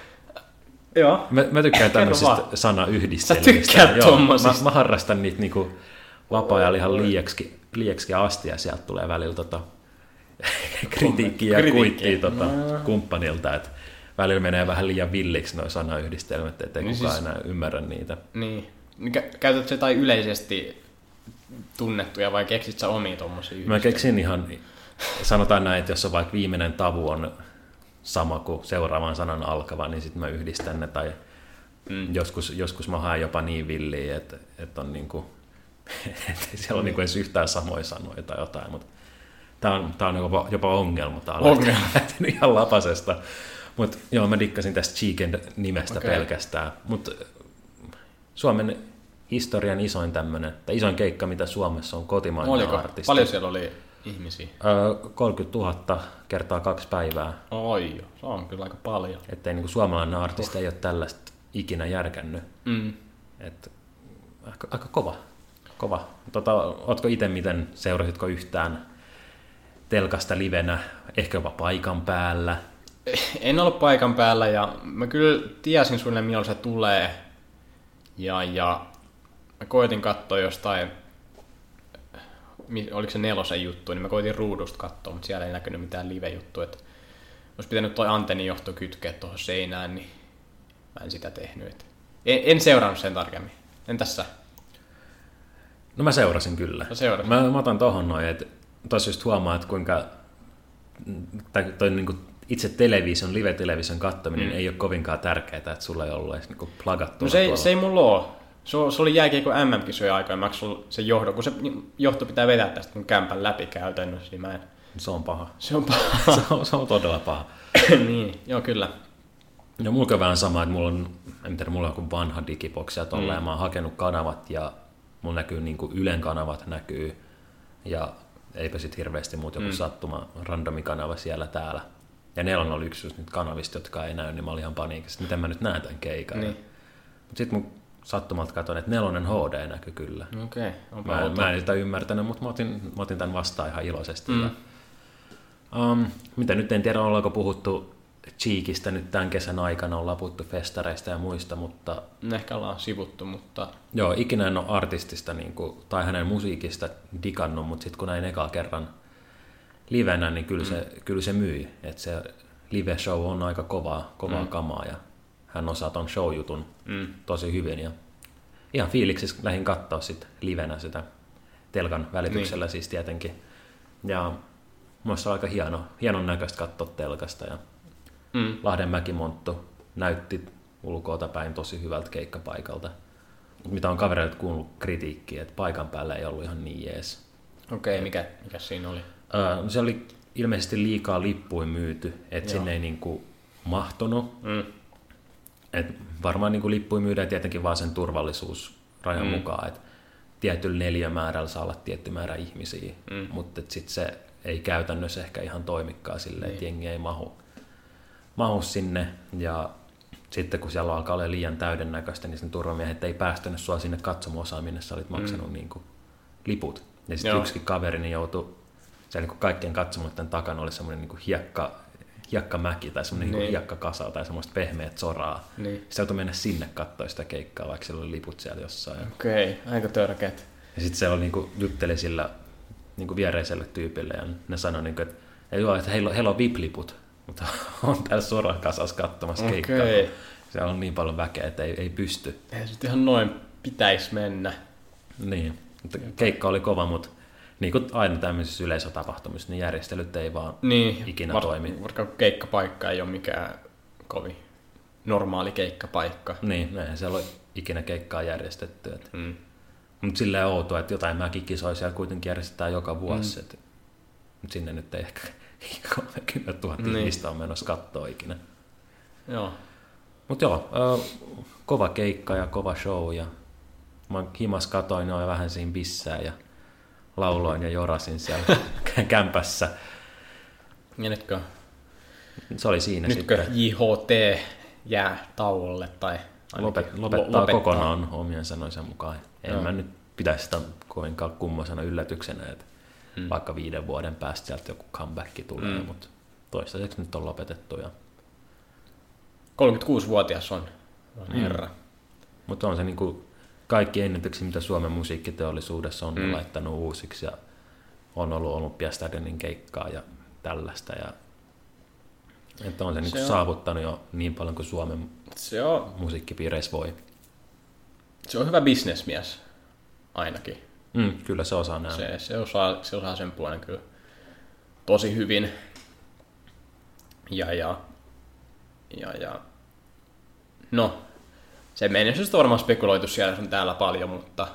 joo. Mä, mä tykkään tämmöisistä sanayhdistelmistä. Sä tykkäät tommosista. Mä, mä harrastan niitä niinku vapaa-ajalla ihan liiaksi, liiaksi asti, ja sieltä tulee välillä tota, kritiikkiä ja kuittia tota, no. kumppanilta, että välillä menee vähän liian villiksi nuo sanayhdistelmät, ettei niin kukaan siis, enää ymmärrä niitä. Niin. Käytätkö sä jotain yleisesti tunnettuja vai keksit sä omia tommosia yhdistelmiä? Mä keksin ihan, sanotaan näin, että jos on vaikka viimeinen tavu on sama kuin seuraavan sanan alkava, niin sitten mä yhdistän ne. Tai mm. joskus, joskus mä haen jopa niin villiä, että, että on niinku, että siellä on niinku edes yhtään samoja sanoja tai jotain. Mutta tää on, tää on jopa, jopa ongelma. Tää on ongelma. lähtenyt ihan lapasesta. Mutta joo, mä dikkasin tästä Cheekend-nimestä okay. pelkästään. Mutta Suomen historian isoin tämmönen, tai isoin keikka, mitä Suomessa on kotimainen Oliko? artisti. Paljon siellä oli ihmisiä? Öö, kolmekymmentätuhatta kertaa kaksi päivää. Oi jo, se on kyllä aika paljon. Että niin suomalainen artisti oh. ei ole tällaista ikinä järkännyt. Mm. Et, aika, aika kova. kova. Tota, ootko itse miten, seurasitko yhtään telkasta livenä, ehkä jopa paikan päällä? En ollut paikan päällä ja mä kyllä tiesin suunnilleen milloin se tulee. Ja, ja mä koitin katsoa jostain, oliko se nelosen juttu, niin mä koitin ruudusta katsoa, mutta siellä ei näkynyt mitään live-juttua. Että olisi pitänyt toi antennijohto kytkeä tuohon seinään, niin mä en sitä tehnyt. Että en, en seurannut sen tarkemmin. Entäs sä? No mä seurasin kyllä. Seurasin. Mä, mä otan tohon noin, että tuossa just huomaa, että kuinka tai toi niinku itse television, live-television katsominen mm. ei ole kovinkaan tärkeää, että sulla ei ollut edes niinku plagattuna. No se ei, se ei mulla ole. Se, se oli jääkiekko M M-kisojen aikaa, mä sulla se johdo, kun se johto pitää vetää tästä mun kämpän läpi käytännössä, niin mä en... Se on paha. Se on paha. se, on, se on todella paha. Niin, joo kyllä. No mulla on vähän sama, että mulla on, en tiedä, mulla on joku vanha digiboksi ja tolleen, mm. mä oon hakenut kanavat ja mulla näkyy niinku Ylen kanavat näkyy ja eipä sit hirveästi muuta joku mm. sattuma randomikanava siellä täällä. Ja Nelon oli yksi nyt kanavista, jotka ei näy, niin mä olin ihan paniikissa, miten mä nyt näen tämän keikan. Niin. Mutta sitten mun sattumalta katsoin, että Nelonen H D näkyy kyllä. Okei. Okay, mä, mä en sitä ymmärtänyt, mutta mä otin, mä otin tämän vastaan ihan iloisesti. Mm. Ja, um, mitä nyt en tiedä, ollaanko puhuttu Cheekistä nyt tämän kesän aikana, ollaan puhuttu festareista ja muista, mutta... Ehkä ollaan sivuttu, mutta... Joo, ikinä en ole artistista niin kuin, tai hänen musiikista digannut, mutta sitten kun näin ekaa kerran livenä, niin kyllä, mm. se, kyllä se myi. Että se live-show on aika kovaa, kovaa mm. kamaa ja hän osaa ton show-jutun mm. tosi hyvin. Ja ihan fiiliksissä lähdin katsoa sit livenä sitä telkan välityksellä niin. Siis tietenkin. Ja muista aika hieno, hienon näköistä katsoa telkasta. Ja mm. Lahden Mäkimonttu näytti ulkoota päin tosi hyvältä keikkapaikalta. Mitä on kavereilta kuullut kritiikkiä, että paikan päällä ei ollut ihan niin jees. Okei, okay, mikä, mikä siinä oli? Öö, se oli ilmeisesti liikaa lippuja myyty, että sinne ei niinku mahtunut. Mm. Et varmaan niinku lippuja myydään tietenkin vaan sen turvallisuusrajan mm. mukaan, että tietyllä neliömäärällä saa olla tietty määrä ihmisiä, mm. mutta sitten se ei käytännössä ehkä ihan toimikaan silleen, niin. Että jengi ei mahu, mahu sinne. Ja sitten kun siellä alkaa olla liian täydennäköistä, niin sen turvamiehet ei päästänyt sua sinne katsomo-osaan, minne sä olit maksanut mm. niinku liput. Ja sitten yksikin kaverini joutui siellä niin kaikkien katsomusten takana oli semmoinen niin hiekka, hiekkamäki tai semmoinen niin. niin hiekkakasa tai semmoista pehmeät soraa. Niin. Se joutui mennä sinne katsoa sitä keikkaa, vaikka siellä oli liput siellä jossain. Okei, okay, aika törkeät. Ja sitten se oli, niin kuin, jutteli sillä niin kuin viereiselle tyypille ja ne sanoi, niin kuin, että, ei joo, että heillä, heillä on V I P-liput, mutta on täällä sorakasassa katsomassa okay. keikkaa. Siellä on niin paljon väkeä, että ei, ei pysty. Ei se ihan noin pitäisi mennä. Niin, mutta keikka oli kova, mutta niin kuin aina tämmöisissä yleisötapahtumissa, niin järjestelyt ei vaan niin, ikinä var- toimi. Vaikka keikkapaikka ei ole mikään kovin normaali keikkapaikka. Niin, eihän siellä ole ikinä keikkaa järjestetty. Mm. Mutta silleen outoa, että jotain mäkikisoja siellä kuitenkin järjestetään joka vuosi. Mm. Mutta sinne nyt ei ehkä kolmekymmentätuhatta niin. ihmistä on menossa katsoa ikinä. Joo. Mutta joo, äh, kova keikka ja kova show. Ja mä himas katoin noin vähän siinä bissää ja lauloin ja jorasin siellä kämpässä. Ja nytkö, se oli siinä nytkö sitten. J H T jää tauolle tai Lopet, lopettaa, lopettaa kokonaan omien sanoinsa mukaan. En Joo. mä nyt pitäisi sitä kovinkaan kummoisena yllätyksenä, että hmm. vaikka viiden vuoden päästä sieltä joku comeback tulee, hmm. mutta toistaiseksi nyt on lopetettu. Ja kolmekymmentäkuusivuotias on, on hmm. herra. Mutta on se niinku kaikki ennätyksiä, mitä Suomen musiikkiteollisuudessa on hmm. laittanut uusiksi ja on ollut Olympiastadionin keikkaa ja tällaista. Ja että on se, se niinku on. saavuttanut jo niin paljon kuin Suomen se on. musiikkipiireissä voi. Se on hyvä bisnesmies ainakin. Mm, kyllä se osaa näin. Se, se, osaa, se osaa sen puolen kyllä tosi hyvin. Ja, ja, ja, ja. No, se menestystä on varmaan spekuloitu siellä sun täällä paljon, mutta,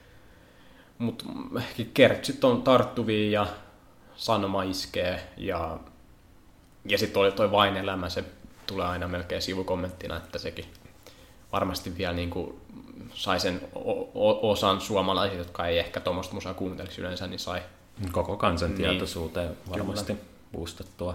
mutta ehkä kertsit on tarttuvia ja sanoma iskee. Ja, ja sitten oli toi Vain elämä, se tulee aina melkein sivukommenttina, että sekin varmasti vielä niin kuin sai sen o- osan suomalaisia, jotka ei ehkä tuommoista musaa kuuntelisi yleensä, niin sai koko kansan tietoisuuteen niin, varmasti boostattua.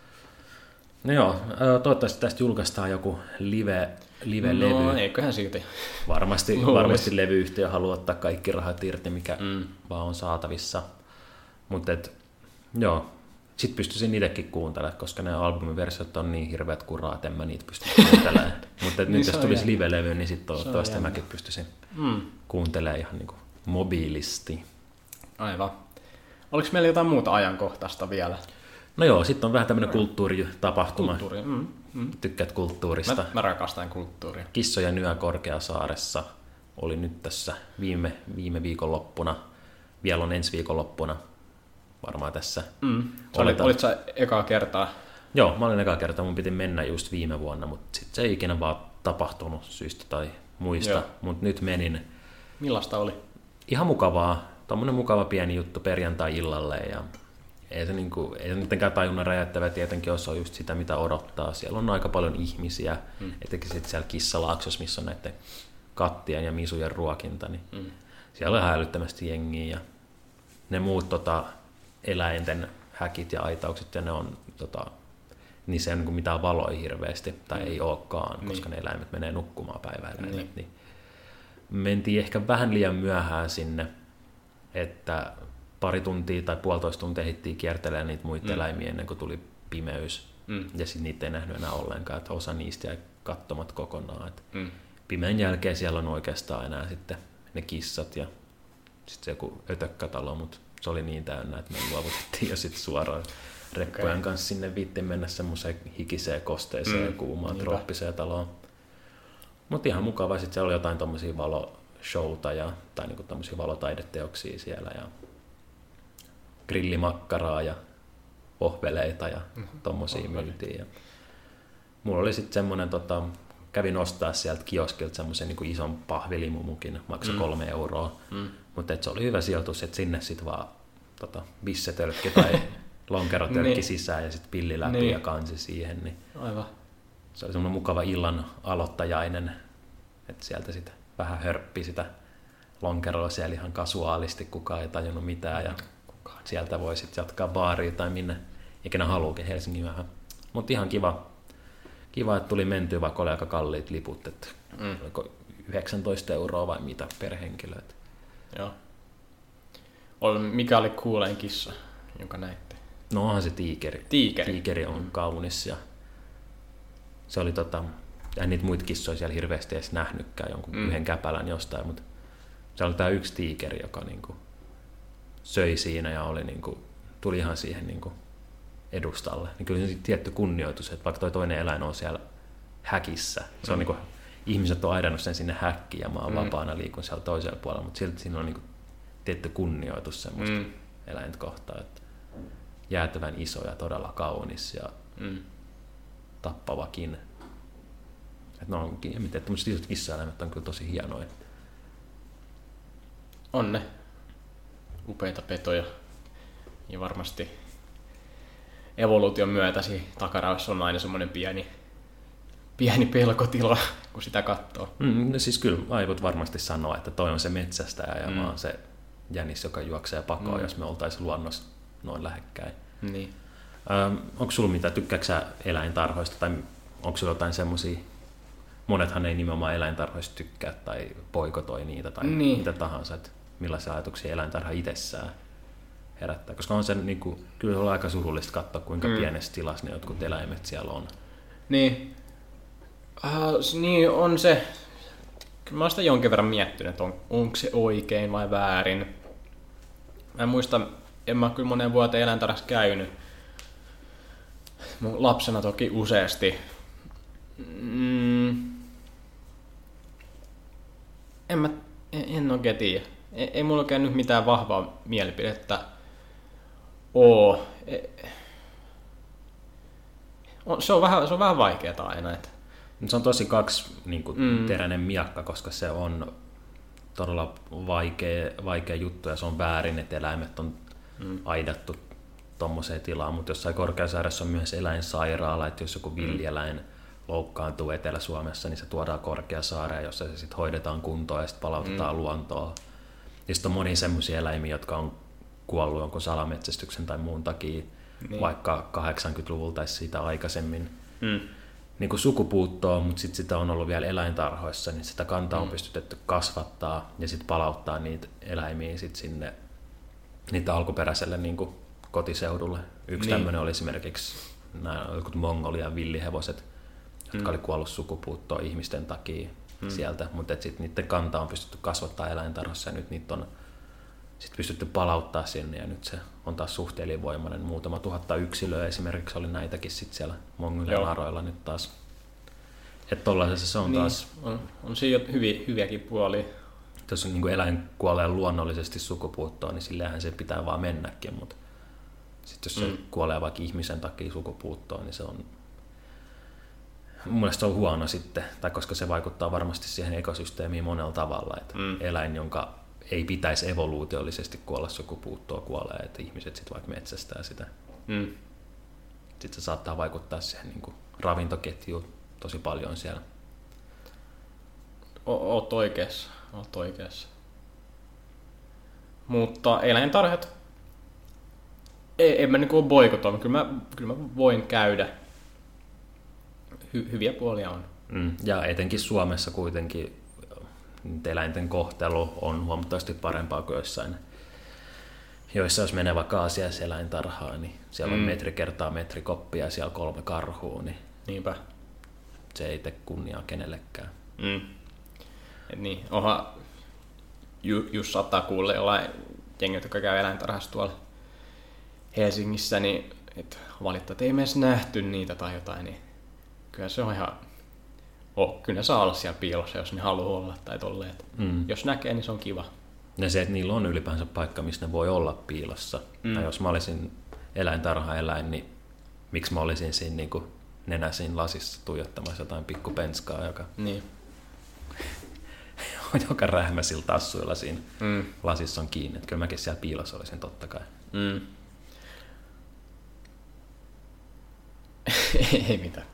No joo, toivottavasti tästä julkaistaan joku live, live-levy. No eiköhän silti. Varmasti, varmasti levyyhtiö haluaa ottaa kaikki rahat irti, mikä mm. vaan on saatavissa. Mutta joo, sit pystyisin itsekin kuuntelemaan, koska ne albumiversiot on niin hirveät kuraa, että en mä niitä pysty kuuntelemaan. Mutta niin nyt jos tulisi live-levy, niin sitten toivottavasti mäkin pystyisin mm. kuuntelemaan ihan niin kuin mobiilisti. Aivan. Oliko meillä jotain muuta ajankohtaista vielä? No joo, sitten on vähän tämmöinen kulttuuritapahtuma. Kulttuuri, mm, mm. Tykkäät kulttuurista. Mä, mä rakastan kulttuuria. Kissojen yö Korkeasaaressa oli nyt tässä viime, viime viikonloppuna. Vielä on ensi viikonloppuna varmaan tässä. Mm. Olit, olit sä ekaa kertaa? Joo, mä olin ekaa kertaa. Mun piti mennä just viime vuonna, mutta sitten se ei ikinä vaan tapahtunut syystä tai muista. Mutta nyt menin. Millaista oli? Ihan mukavaa. Tommonen mukava pieni juttu perjantai-illalle ja ei se, niinku, ei se mitenkään tajunnan räjäyttävä tietenkin, jos on just sitä, mitä odottaa. Siellä on aika paljon ihmisiä, mm. etenkin sitten siellä Kissalaaksossa, missä on näiden kattien ja misujen ruokinta, niin mm. siellä on ihan älyttömästi jengiä ja ne muut tota, eläinten häkit ja aitaukset, ja ne on, tota, niissä ei ole niin mitään valoja hirveästi, tai mm. ei olekaan, niin. koska ne eläimet menee nukkumaan päiväeläimet. Niin. Niin mentiin ehkä vähän liian myöhään sinne, että pari tuntia tai puolitoista tuntia ehdittiin kiertelemään niitä muita mm. eläimiä ennen kuin tuli pimeys. Mm. Ja sitten niitä ei nähnyt enää ollenkaan, että osa niistä jäi katsomat kokonaan. Et mm. pimeän jälkeen siellä on oikeastaan enää sitten ne kissat ja sitten se joku ötökkätalo, mutta se oli niin täynnä, että me luovutettiin jo sitten suoraan reppujen okay. kanssa sinne viittiin mennä semmoiseen hikiseen, kosteeseen mm. ja kuumaan trooppiseen taloon. Mutta ihan mukava, sitten siellä oli jotain tommosia valoshowta ja, tai niinku tommosia valotaideteoksia siellä ja grillimakkaraa ja pohveleita ja tommosia myytiin. Ja mulla oli sitten semmonen, tota, kävin ostaa sieltä kioskilta semmoisen niin ison pahvilimumukin, maksoi mm. kolme euroa. Mm. Mutta se oli hyvä sijoitus, että sinne sitten vaan tota, bissetölkki tai lonkerotölkki niin. sisään ja sitten pilli läpi niin. ja kansi siihen. Niin aivan. Se oli semmoinen mukava illan aloittajainen, että sieltä sitten vähän hörppi sitä lonkeroa siellä ihan kasuaalisti, kukaan ei tajunnut mitään. Ja sieltä voi sitten jatkaa baariin tai minne ikinä haluukin Helsingin vähän. Mutta ihan kiva, kiva, että tuli mentyä, vaikka oli aika kalliit liput. Että mm. oliko yhdeksäntoista euroa vai mitä per henkilö. Joo. Mikä oli kuulein kissa? jonka näitte? No onhan se tiikeri. Tiikeri. Tiikeri on kaunis ja se oli tota, en niitä muita kissoja siellä hirveästi edes nähnytkään, jonkun mm. yhden käpälän jostain, mutta se oli tää yksi tiikeri, joka niinku söi siinä ja oli niinku, tuli ihan siihen niinku edustalle. Niin kyllä se tietty kunnioitus, että vaikka toi toinen eläin on siellä häkissä, se on mm. niinku, ihmiset on aidannut sen sinne häkkiin ja mä oon mm. vapaana liikun siellä toisella puolella, mutta silti siinä on niinku tietty kunnioitus semmoista mm. eläintä kohtaan, että jäätävän iso ja todella kaunis ja mm. tappavakin. Että ne on, miten tämmöiset isot kissaeläimet on kyllä tosi hienoja. On ne upeita petoja ja varmasti evoluution myötä siinä takaraivossa on aina semmoinen pieni, pieni pelkotila, kun sitä katsoo. Mm, no siis kyllä aivot varmasti sanoo, että toi on se metsästäjä ja mm. mä oon se jänis, joka juoksee pakoon, mm. jos me oltaisiin luonnossa noin lähekkäin. Niin. Ähm, onko sulla mitä, tykkääksä sä eläintarhoista tai onko sulla jotain semmosia, monethan ei nimenomaan eläintarhoista tykkää tai poikotoi niitä tai niin. mitä tahansa, että millaisia ajatuksia eläintarha itsessään herättää, koska on se niin kuin, kyllä on aika surullista katsoa, kuinka mm. pienessä tilassa ne jotkut eläimet siellä on. Niin, uh, niin on se, kyllä mä oon sitä jonkin verran miettinyt, että on, onko se oikein vai väärin. Mä en muista, en mä kyllä moneen vuoteen eläintarhassa käynyt. Mun lapsena toki useasti. Mm. En mä, en, en oikein tiedä. Ei, ei mulla oikein nyt mitään vahvaa mielipidettä oo. Se on vähän, se on vähän vaikeaa aina. Että. Se on tosi kaksi niin kuin, mm. teräinen miakka, koska se on todella vaikea, vaikea juttu ja se on väärin, että eläimet on mm. aidattu tommoseen tilaan, mutta jossain Korkeasaaressa on myös eläinsairaala, että jos joku villieläin loukkaantuu Etelä-Suomessa, niin se tuodaan Korkeasaareen, jossa se sitten hoidetaan kuntoon ja sitten palautetaan mm. luontoon. Ja sitten on monia semmoisia eläimiä, jotka on kuollut jonkun salametsästyksen tai muun takia, niin. vaikka kahdeksankymmentäluvulta tai siitä aikaisemmin. Mm. Niin kuin sukupuuttoa, mutta sitten sitä on ollut vielä eläintarhoissa, niin sitä kantaa on mm. pystytetty kasvattaa ja sitten palauttaa niitä eläimiä sit sinne niitä alkuperäiselle niin kuin kotiseudulle. Yksi niin. tämmöinen oli esimerkiksi nämä Mongolian villihevoset, jotka mm. oli kuollut sukupuuttoon ihmisten takia mm. sieltä, mutta sitten niiden kantaa on pystytty kasvattaa eläintarhoissa ja nyt niitä on sit pystytty palauttaa sinne ja nyt se on taas suht elinvoimainen. Muutama tuhatta yksilöä esimerkiksi oli näitäkin sit siellä Mongolian aroilla nyt taas. Että tollaisessa se on niin, taas... On, on siinä hyviä, hyviäkin puolia. Jos niin kuin eläin kuolee luonnollisesti sukupuuttoon, niin sillehän se pitää vaan mennäkin, mutta sitten jos mm. se kuolee vaikka ihmisen takia sukupuuttoon, niin se on... Mun mielestä se on huono sitten, tai koska se vaikuttaa varmasti siihen ekosysteemiin monella tavalla, että mm. eläin, jonka ei pitäisi evoluutiollisesti kuolla sukupuuttoon, kuolee, että ihmiset sitten vaikka metsästää sitä. Mm. Sitten se saattaa vaikuttaa siihen niin kuin ravintoketjuun tosi paljon siellä. O- oot oikeassa, oot oikeassa. Mutta eläintarhat, ei, en mä niinku ole boikotoinut, kyllä mä, kyllä mä voin käydä. Hy- hyviä puolia on. Mm. Ja etenkin Suomessa kuitenkin eläinten kohtelu on huomattavasti parempaa kuin joissain, joissa jos menee vaikka Aasiassa eläintarhaan, niin siellä mm. on metri kertaa metri koppia ja siellä kolme karhua, niin niinpä. Se ei tee kunniaa kenellekään. Mm. Et niin, onhan ju, just saattaa kuulla jollain jengiltä, jotka käy eläintarhassa tuolla Helsingissä, niin et valittaa, että ei me edes nähty niitä tai jotain, niin kyllä se on ihan... Oh, kyllä ne saa olla siellä piilossa, jos ne haluaa olla tai tolleen. Mm. Jos näkee, niin se on kiva. Ja se, että niillä on ylipäänsä paikka, missä ne voi olla piilossa. Mm. Tai jos mä olisin eläintarhaeläin, niin miksi mä olisin siinä niin kuin nenä siinä lasissa tuijottamassa jotain pikkupenskaa, joka, niin. joka rähmäsillä tassuilla siinä mm. lasissa on kiinni. Että kyllä mäkin siellä piilossa olisin totta kai. Mm. Ei mitään.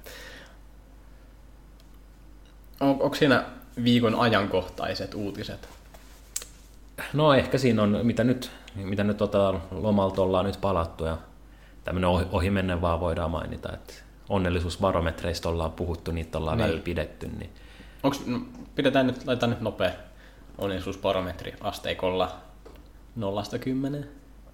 On, onko siinä viikon ajankohtaiset uutiset? No ehkä siinä on, mitä nyt, mitä nyt tota, lomalta ollaan nyt palattu ja tämmöinen ohi, ohimennen vaan voidaan mainita, että onnellisuusbarometreista ollaan puhuttu, niitä ollaan niin. välillä pidetty. Niin. Onks, no, pidetään nyt, laitetaan nyt nopea onnellisuusbarometri asteikolla nollasta kymmeneen?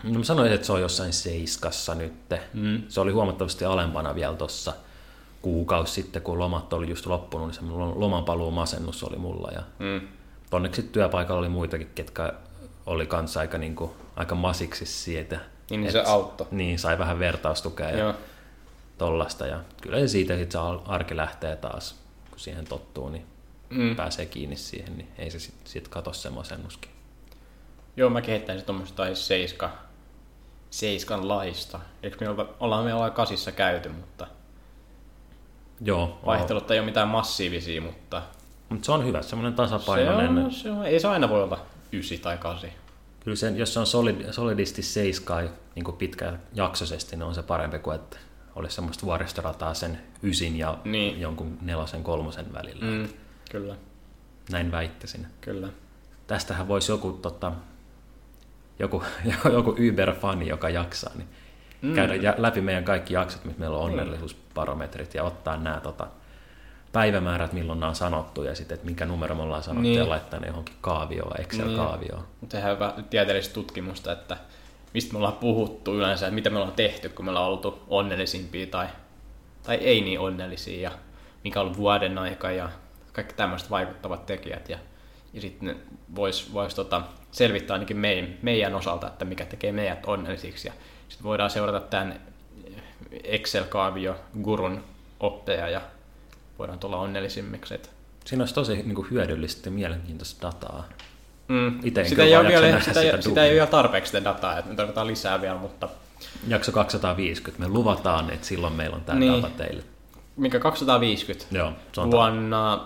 No mä sanoisin, että se on jossain seiskassa nyt. Mm. Se oli huomattavasti alempana vielä tuossa kuukausi sitten, kun lomat oli just loppunut, niin semmoinen lomanpaluu masennus oli mulla. Ja mm. onneksi työpaikalla oli muitakin, ketkä oli kanssa aika, niin kuin, aika masiksi siitä. Niin, niin se auttoi. Niin, sai vähän vertaustukea ja Joo. tollasta. Ja kyllä se siitä sitten se arki lähtee taas, kun siihen tottuu, niin mm. pääsee kiinni siihen, niin ei se sitten sit kato se masennuskin. Joo, mä kehittäisin tuommoista tai seiska, seiskan laista. Eikö me olla, ollaan me ollaan kasissa käyty, mutta Joo, vaihtelut ei ole mitään massiivisia, mutta Mutta se on hyvä, semmoinen tasapainoinen. Se on, se on, ei se aina voi olla ysi tai kasi. Kyllä sen, jos se on solid, solidisti seiskaa niin pitkäjaksoisesti, niin on se parempi kuin, että olisi semmoista vuoristorataa sen ysin ja niin. jonkun nelosen kolmosen välillä. Mm, kyllä. Näin väittäisin. Kyllä. Tästähän voisi joku, tota, joku, joku Uber-fani, joka jaksaa, niin mm. käydä läpi meidän kaikki jaksot, missä meillä on onnellisuusbarometrit ja ottaa nämä tota, päivämäärät, milloin nämä on sanottu ja sitten, että minkä numero me ollaan sanottu niin. ja laittaa ne johonkin kaavioon, Excel-kaavioon. Niin. Tehdään hyvä tieteellistä tutkimusta, että mistä me ollaan puhuttu yleensä, että mitä me ollaan tehty, kun me ollaan oltu onnellisimpia tai, tai ei niin onnellisia ja mikä on ollut vuoden aika ja kaikki tämmöiset vaikuttavat tekijät. Ja, ja sitten voisi vois, tota, selvittää ainakin meidän, meidän osalta, että mikä tekee meidät onnellisiksi. Ja sitten voidaan seurata tämän Excel-kaavio-gurun oppeja ja voidaan tulla onnellisimmiksi. Siinä olisi tosi niin kuin, hyödyllistä ja mielenkiintoista dataa. Mm. Sitä, ei vielä, sitä, sitä, sitä ei ole vielä tarpeeksi sitä dataa, että me tarvitaan lisää vielä, mutta jakso kaksisataaviisikymmentä, me luvataan, että silloin meillä on tämä niin. data teille. Mikä kaksisataaviisikymmentä? Joo, se on vuonna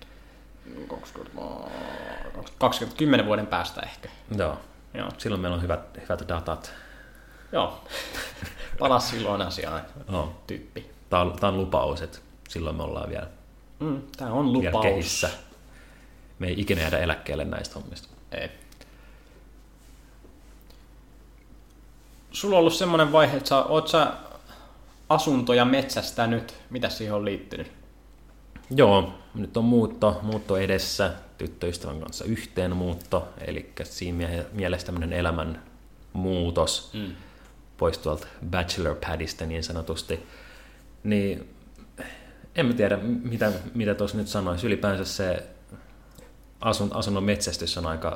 kaksikymmentä, kymmenen vuoden päästä ehkä. Joo, Joo. silloin meillä on hyvät, hyvät datat. Joo, palas silloin asiaan, oh. tyyppi. Tämä on, tämä on lupaus, että silloin me ollaan vielä, mm, tämä on lupaus. vielä kehissä. Me ei ikinä jäädä eläkkeelle näistä hommista. Ei. Sulla on ollut semmoinen vaihe, että sä, oot sä asuntoja metsästänyt. Mitä siihen on liittynyt? Joo, nyt on muutto, muutto edessä, tyttöystävän kanssa yhteen muutto, eli siinä mielessä tämmöinen elämän muutos mm. pois tuolta bachelor padista niin sanotusti. Niin en mä tiedä, mitä, mitä tuossa nyt sanoisi. Ylipäänsä se asun, asunnon metsästys on aika,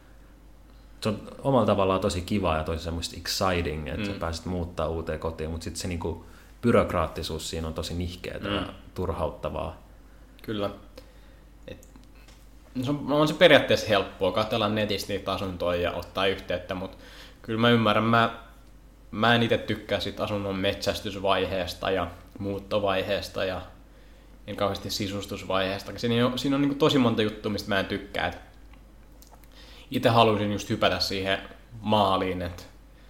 se on omalla tavallaan tosi kiva ja tosi semmoista exciting, että mm. sä pääset muuttaa uuteen kotiin, mutta sitten se niinku byrokraattisuus siinä on tosi nihkeetä mm. ja turhauttavaa. Kyllä. Et, no se on, on se periaatteessa helppoa katsella netistä niitä asuntoja ja ottaa yhteyttä, mutta kyllä mä ymmärrän, mä, mä en itse tykkää sit asunnon metsästysvaiheesta ja muuttovaiheesta ja en kauheasti sisustusvaiheesta. Siinä on, siinä on niin tosi monta juttua, mistä mä en tykkää. Itse haluaisin just hypätä siihen maaliin, että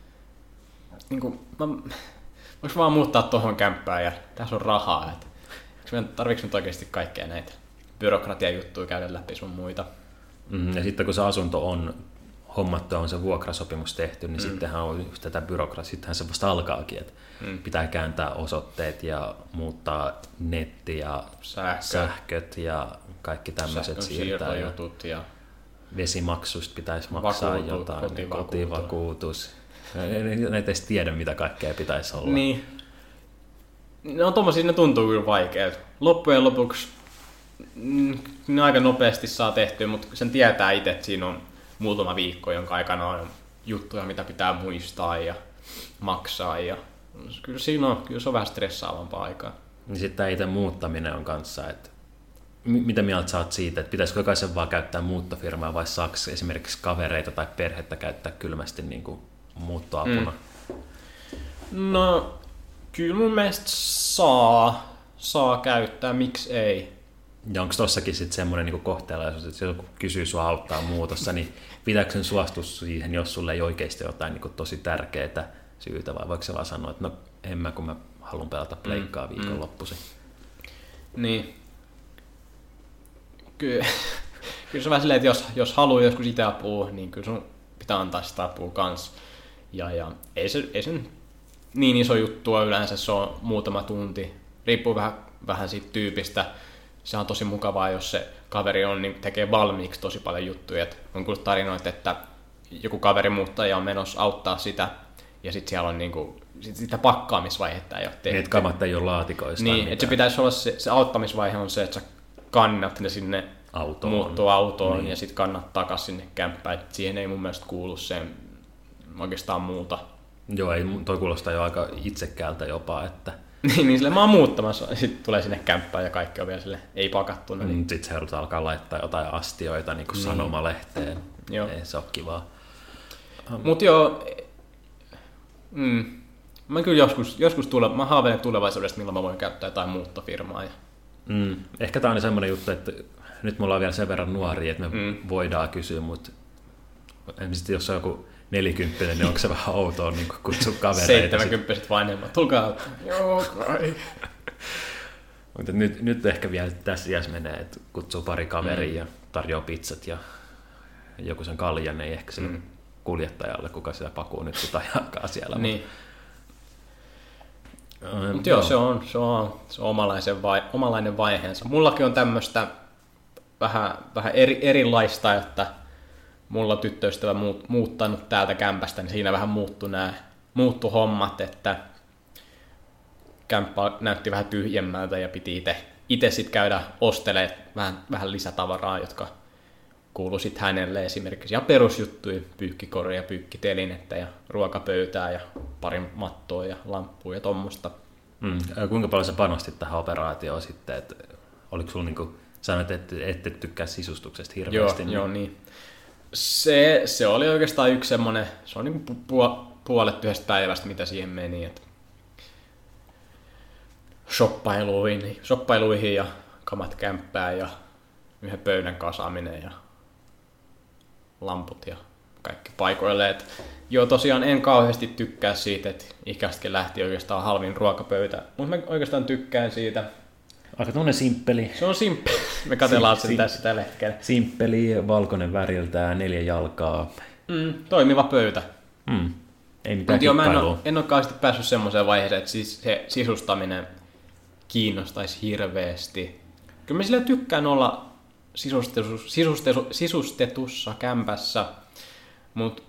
niin kuin, mä, voiko vaan muuttaa tohon kämppään ja tässä on rahaa. Että, tarviiko nyt oikeasti kaikkea näitä byrokratiajuttuja käydä läpi sun muita? Mm, ja sitten kun se asunto on hommattu ja on se vuokrasopimus tehty, niin mm. sittenhän on just tätä byrokratiaa. Sittenhän se vasta alkaakin, että mm. pitää kääntää osoitteet ja muuttaa netti ja Sähkö. sähköt ja kaikki tämmöiset siirtää. Ja ja vesimaksusta pitäisi maksaa Vakuutu, jotain, kotivakuutus. kotivakuutus. Näitä ei edes tiedä, mitä kaikkea pitäisi olla. Niin. No tommosia ne tuntuu kyllä vaikeilta. Loppujen lopuksi ne aika nopeasti saa tehtyä, mutta sen tietää itse, että siinä on muutama viikko, jonka aikana on juttuja, mitä pitää muistaa ja maksaa. Ja kyllä siinä on, kyllä se on vähän stressaavampaa aikaa. Niin sitten tämä itse muuttaminen on kanssa, että mitä mieltä sä oot siitä, että pitäisikö jokaisen vaan käyttää muuttofirmaa vai saako esimerkiksi kavereita tai perhettä käyttää kylmästi niin kuin muuttoapuna? Mm. No kyllä mun mielestä saa, saa käyttää, miksi ei. Ja onko tossakin sitten semmoinen niin kohtelaisuus, että jos joku kysyy sua auttaa muutossa, niin pitääkö sen suostua siihen, jos sulle ei oikeasti jotain niin tosi tärkeää syytä, vai voiko se vaan sanoa, että no en mä, kun mä haluan pelata pleikkaa mm, viikonloppuisin. Mm. Niin. Kyllä, kyllä se on vähän silleen, että jos, jos haluaa joskus itse apua, niin kyllä sun pitää antaa sitä apua kanssa. Ja, ja ei, se, ei se niin iso juttua yleensä, se on muutama tunti. Riippuu vähän, vähän siitä tyypistä. Se on tosi mukavaa, jos se kaveri on, niin tekee valmiiksi tosi paljon juttuja. Et on kuullut tarinoita, että joku kaverimuuttaja on menossa auttaa sitä, ja sitten siellä on niinku, sit sitä pakkaamisvaihetta ei ole tehty. Niin, että kamat ei ole laatikoista. Niin, että se pitäisi olla se, se auttamisvaihe on se, että sä kannat ne sinne autoon. muuttoautoon niin. Niin. ja sitten kannat takaisin sinne kämppään. Et siihen ei mun mielestä kuulu sen oikeastaan muuta. Joo, ei, toi kuulostaa jo aika itsekkäältä jopa, että niin, niin sille mä oon muuttamassa, sitten tulee sinne kämppään ja kaikki on vielä sille ei pakattuna. Niin. mm, sitten se halutaan alkaa laittaa jotain astioita niin kuin niin. sanomalehteen. Joo. Ei se ole kivaa. Um. Mut joo, mm, mä kyllä joskus, joskus tule, mä haaveilen tulevaisuudesta, milloin mä voin käyttää jotain muuttofirmaa. Ja Mm. Ehkä tämä on semmoinen juttu, että nyt me ollaan vielä sen verran nuoria, että me Mm. voidaan kysyä, mutta sitten jos on joku nelikymppinen, niin onko se vähän outoa niin kutsua kavereita? seitsemänkymppiset vanhemmat, tulkaa auttaa. Joo, kai. Mutta nyt, nyt ehkä vielä tässä iässä menee, että kutsuu pari kaveria Mm. ja tarjoaa pizzat ja joku sen kaljan, ei ehkä sille Mm. kuljettajalle, kuka sitä pakuu nyt tota jakaa siellä. Niin. Mutta Mutta joo, se on, se on, se on omalaisen vai, omalainen vaiheensa. Mullakin on tämmöistä vähän, vähän eri, erilaista, että mulla tyttöystävä muut, muuttanut täältä kämpästä, niin siinä vähän muuttui nämä muuttu hommat, että kämppä näytti vähän tyhjemmältä ja piti itse, itse sitten käydä ostelemaan vähän, vähän lisätavaraa, jotka kuului sitten hänelle esimerkiksi ihan perusjuttuja, pyykkikoria, pyykkitelinettä ja ruokapöytää ja parin mattoa ja lamppua ja tommoista. Mm. Kuinka paljon sä panostit tähän operaatioon sitten, että oliko sulla niinku, sanoit, että ette tykkää sisustuksesta hirveästi? Joo, niin... joo niin. Se, se oli oikeastaan yksi semmoinen, se on niinku pu- puolet yhdestä päivästä, mitä siihen meni, että shoppailuihin, shoppailuihin ja kamat kämppään ja yhden pöydän kasaaminen ja lamput ja kaikki paikoille. Et joo, tosiaan en kauheasti tykkää siitä, että ikästäkin lähti oikeastaan halvin ruokapöytä, mutta mä oikeastaan tykkään siitä. Aika tuonne simppeli. Se on simppeli. Me katsellaan Sim- sen sim- tässä tällä hetkellä. Simppeli, valkoinen väriltään, neljä jalkaa. Mm, toimiva pöytä. Mm. Ei mitään Mutta joo, mä en kikkailua. ole, en ole kauheasti päässyt semmoiseen vaiheeseen, että siis se sisustaminen kiinnostaisi hirveästi. Kyllä mä sillä tykkään olla sisustetussa, sisustetussa, sisustetussa kämpässä, mutta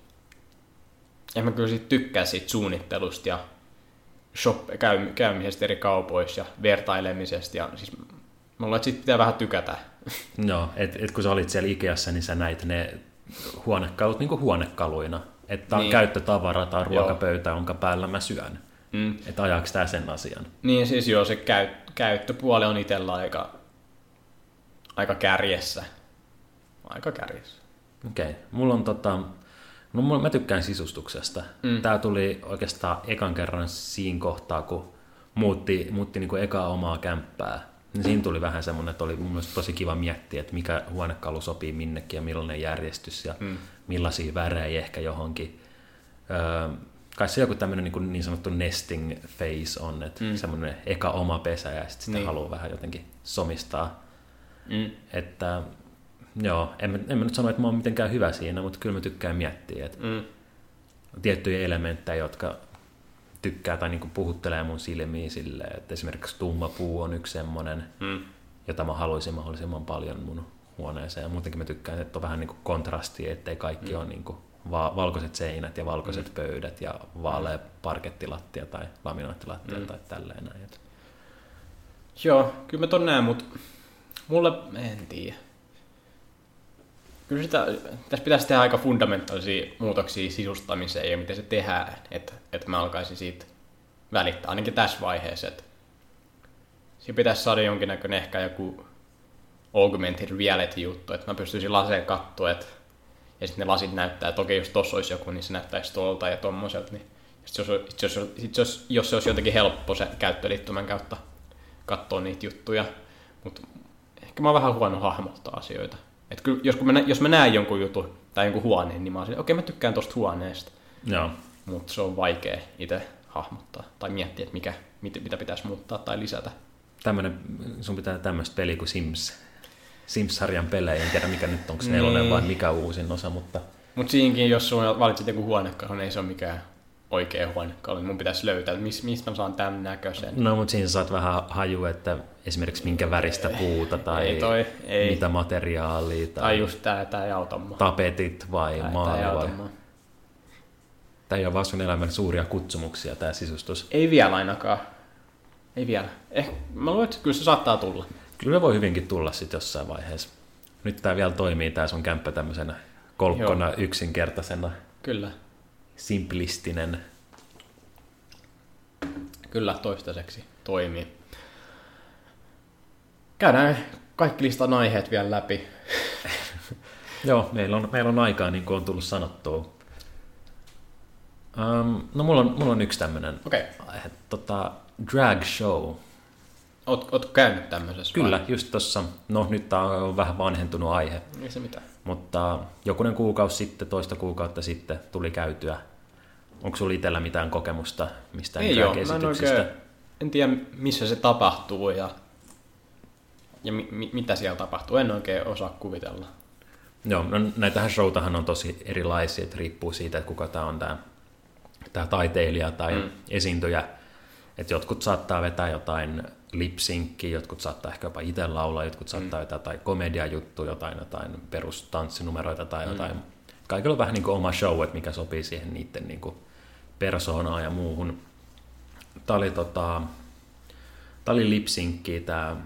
en mä kyllä siitä tykkää siitä suunnittelusta ja shop, käy, käymisestä eri kaupoissa ja vertailemisesta. Ja siis mä luulen, että siitä pitää vähän tykätä. Joo, että et kun sä olit siellä Ikeassa, niin sä näit ne huonekalut niin kuin huonekaluina. Että tämä on Niin. käyttötavara tai ruokapöytä, jonka päällä mä syön. Mm. Että ajaako tää sen asian? Niin siis joo, se käy, käyttöpuoli on itsellä aika, aika kärjessä. Aika kärjessä. Okei, okay. Mulla on tota... No, mulla- mä tykkään sisustuksesta. Mm. Tää tuli oikeastaan ekan kerran siinä kohtaa, kun muutti, muutti niin kuin ekaa omaa kämppää. Niin siinä tuli vähän semmoinen, että oli mun mielestä tosi kiva miettiä, että mikä huonekalu sopii minnekin ja millainen järjestys ja mm. millaisia värejä ehkä johonkin. Öö, kai se joku tämmöinen niin, kuin niin sanottu nesting phase on, että mm. semmoinen eka oma pesä ja sitten sitä niin. haluaa vähän jotenkin somistaa. Mm. Että joo, en, mä- en mä nyt sano, että mä oon mitenkään hyvä siinä, mutta kyllä mä tykkään miettiä, että Mm. tiettyjä elementtejä, jotka tykkää tai niin puhuttelee mun silmiin silleen, että esimerkiksi tumma puu on yksi semmoinen, Mm. jota mä haluaisin mahdollisimman paljon mun huoneeseen. Ja muutenkin mä tykkään, että on vähän niin kuin kontrastia, ettei kaikki mm. ole niin kuin va- valkoiset seinät ja valkoiset mm. pöydät ja vaalea parkettilattia tai laminoittilattia mm. tai tälleen näin. Joo, kyllä mä ton näen, mutta mulle en tiedä. Kyllä sitä, tässä pitäisi tehdä aika fundamentaalisia muutoksia sisustamiseen ja miten se tehdään, että, että mä alkaisin siitä välittää, ainakin tässä vaiheessa. Että siinä pitäisi saada jonkinnäköinen ehkä joku augmented reality juttu, että mä pystyisin laseen katsoa, että, ja sitten ne lasit näyttää, että okei, jos tossa olisi joku, niin se näyttäisi tuolta ja tommoselta. Niin, sit jos, sit jos, sit jos, jos se olisi jotenkin helppo se käyttöliittymän kautta katsoa niitä juttuja, mutta ehkä mä oon vähän huono hahmottaa asioita. Et kyllä, jos, kun mä, nä- jos mä näen jonkun jutun tai jonkun huoneen, niin mä oon silleen, okei, mä tykkään tosta huoneesta, Joo. mutta se on vaikea itse hahmottaa tai miettiä, että mikä, mit, mitä pitäisi muuttaa tai lisätä. Tämmönen, sun pitää tämmöistä peliä kuin Sims. Sims-sarjan pelejä, en tiedä mikä nyt, onko se nelonen vai mikä uusin osa, mutta Mutta siinäkin, jos sun valitset joku huonekalu, niin ei se ole mikään oikea huonekalu. Mun pitäisi löytää, että mis, mistä mä saan tämän näköisen. No, mutta siinä saat vähän haju, että esimerkiksi minkä väristä puuta tai ei toi, ei. mitä materiaalia. Tai, tai just tää, tää ei auta mua. tapetit vai Tää- maali tää ei auta vai... mua. Tämä ei ole vaan sun elämän suuria kutsumuksia, tämä sisustus. Ei vielä ainakaan. Ei vielä. Eh, mä luulen, että kyllä se saattaa tulla. Kyllä se voi hyvinkin tulla sitten jossain vaiheessa. Nyt tämä vielä toimii, tämä sun kämppä tämmöisenä kolkkona, Joo. yksinkertaisena, Kyllä. simplistinen. Kyllä toistaiseksi toimii. Käydään kaikki listan aiheet vielä läpi. Joo, meillä on, meillä on aikaa, niin kuin on tullut sanottua. Um, no mulla on, mulla on yksi tämmöinen Okei. aihe, tota, drag show. Oot, oot käynyt tämmöisessä? Kyllä, vai? just tossa, no nyt tää on vähän vanhentunut aihe, Ei se mitään. mutta jokunen kuukausi sitten, toista kuukautta sitten tuli käytyä. Onko sulla itsellä mitään kokemusta mistään Ei joo, mä en drag-esityksistä? oikein, en tiedä missä se tapahtuu ja, ja mi, mi, mitä siellä tapahtuu. En oikein osaa kuvitella. Joo, no näitähän showtahan on tosi erilaisia, että riippuu siitä, että kuka tämä on tämä, tämä taiteilija tai mm. esiintyjä. Että jotkut saattaa vetää jotain lip-synkkiä, jotkut saattaa ehkä jopa itse laulaa, jotkut saattaa mm. vetää jotain komediajuttuja, jotain, jotain perustanssinumeroita tai jotain. Mm. Kaikilla on vähän niin kuin oma show, että mikä sopii siihen niiden niin kuin persoonaan ja muuhun. Tämä oli, tota, tämä oli lip-synkkiä, tämä ä,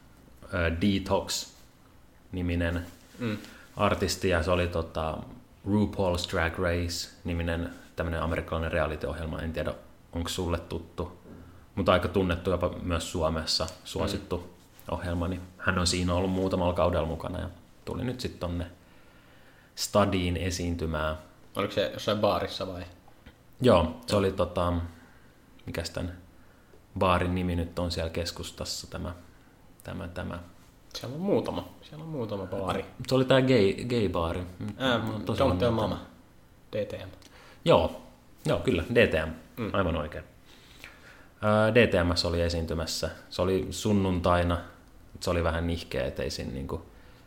Detox-niminen mm. artisti, ja se oli tota, RuPaul's Drag Race-niminen tämmöinen amerikkalainen reality-ohjelma. En tiedä, onko sulle tuttu, mutta aika tunnettu jopa myös Suomessa, suosittu mm. ohjelma. Niin hän on siinä ollut muutamalla kaudella mukana ja tuli nyt sitten tonne Stadiin esiintymään. Oliko se jossain baarissa vai? Joo, se oli tota, mikäs tämän baarin nimi nyt on siellä keskustassa, tämä, tämä, tämä. Siellä on muutama. Siellä on muutama baari. Se oli tämä gay, gay-baari. Ää, Tosi Don't Tell onnellinen. Mama. D T M. Joo, joo, kyllä, D T M, mm. aivan oikein. D T M oli esiintymässä. Se oli sunnuntaina. Se oli vähän nihkeä, ettei siinä niinku,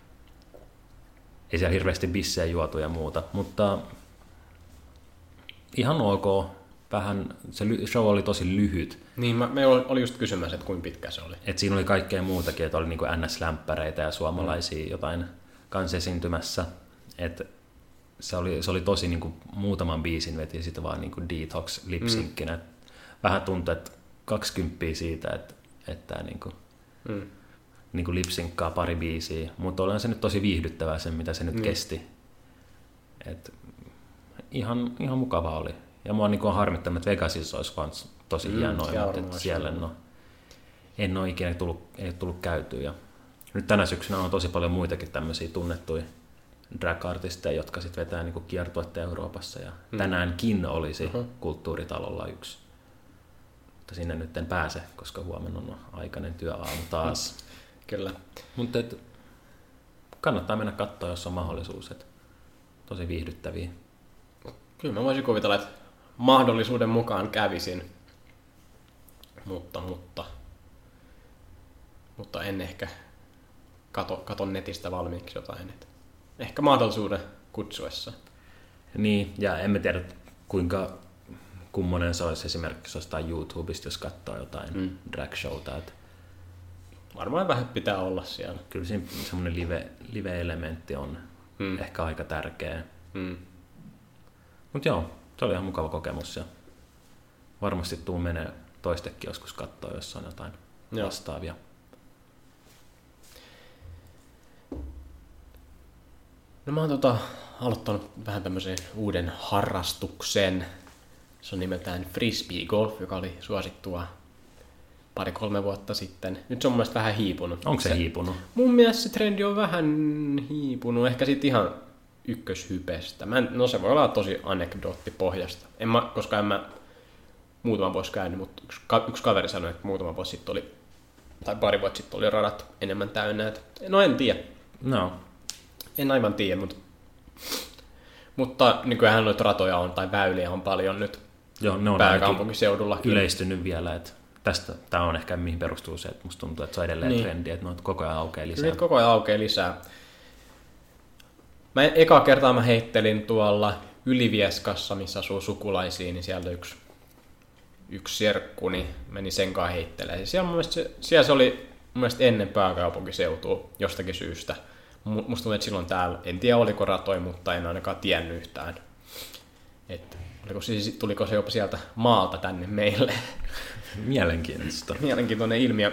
ei siellä hirveästi bissejä juotu ja muuta, mutta ihan ok. Vähän, se show oli tosi lyhyt. Niin, mä, me oli just kysymässä, että kuinka pitkä se oli. Et siinä oli kaikkea muutakin, että oli niinku N S-lämpäreitä ja suomalaisia jotain kanssa esiintymässä. Et se, oli, se oli tosi niinku muutaman biisin veti sitten vaan niinku detox lipsinkkinä. Mm. Vähän tuntui, että kaksikymppiä siitä, että, että niinku, mm. niinku lipsinkkaa pari biisiä, mutta olihan se nyt tosi viihdyttävää sen, mitä se nyt mm. kesti. Et ihan, ihan mukava oli. Ja mua niinku on harmittanut, että Vegasissa olisi vaan tosi mm, hienoa, mutta siellä no, en ole ikinä tullut, ei ole tullut käytyä. Ja nyt tänä syksynä on tosi paljon muitakin tämmöisiä tunnettuja drag-artisteja, jotka sitten vetää niinku kiertuetta Euroopassa. Ja mm. tänäänkin olisi uh-huh. Kulttuuritalolla yksi. Mutta sinne nyt en pääse, koska huomenna on aikainen työaamu taas. Kyllä. Mutta kannattaa mennä katsoa, jos on mahdollisuus. Et tosi viihdyttäviä. Kyllä mä voisin kuvitella, että mahdollisuuden mukaan kävisin, mutta, mutta, mutta en ehkä kato, katon netistä valmiiksi jotain. Et ehkä mahdollisuuden kutsuessa. Niin, ja emme tiedä kuinka kummonen se olisi esimerkiksi jostain YouTubesta, jos katsoo jotain mm. drag-showta. Et varmaan vähän pitää olla siellä. Kyllä siinä semmoinen live, live-elementti on mm. ehkä aika tärkeä. Mm. Mutta joo, se oli ihan mukava kokemus ja varmasti tuu menee toistekin joskus katsoa, jos on jotain joo. vastaavia. No mä oon tota, aloittanut vähän tämmöisen uuden harrastuksen. Se on nimeltään frisbee golf, joka oli suosittua pari-kolme vuotta sitten. Nyt se on mun mielestä vähän hiipunut. Onko se, se hiipunut? Mun mielestä se trendi on vähän hiipunut. Ehkä sit ihan ykköshypestä. Mä en, no se voi olla tosi anekdoottipohjasta. En mä, koska en mä muutama vuosi käynyt, mutta yksi, yksi kaveri sanoi, että muutama vuosi sitten oli, tai pari vuotta sitten oli radat enemmän täynnä. No en tiedä. No. En aivan tiedä, mutta, mutta nykyään noita ratoja on, tai väyliä on paljon nyt. Joo, ne on pääkaupunkiseudulla yleistynyt vielä, että tästä tämä on ehkä mihin perustuu se, että musta tuntuu, että se on edelleen niin. trendi, että noita koko ajan aukeaa lisää. Kyllä koko ajan aukeaa lisää. Mä eka kertaa mä heittelin tuolla Ylivieskassa, missä asuu sukulaisia, niin sieltä yksi, yksi serkku niin meni sen kanssa heittelemään. Siellä, mun se, siellä se oli mun mielestä ennen pääkaupunkiseutua jostakin syystä. Musta tuntuu, että silloin täällä, en tiedä oliko ratoi, mutta en ainakaan tiennyt yhtään. Et, oliko se, tuliko se jopa sieltä maalta tänne meille? Mielenkiintoista. Mielenkiintoinen ilmiö.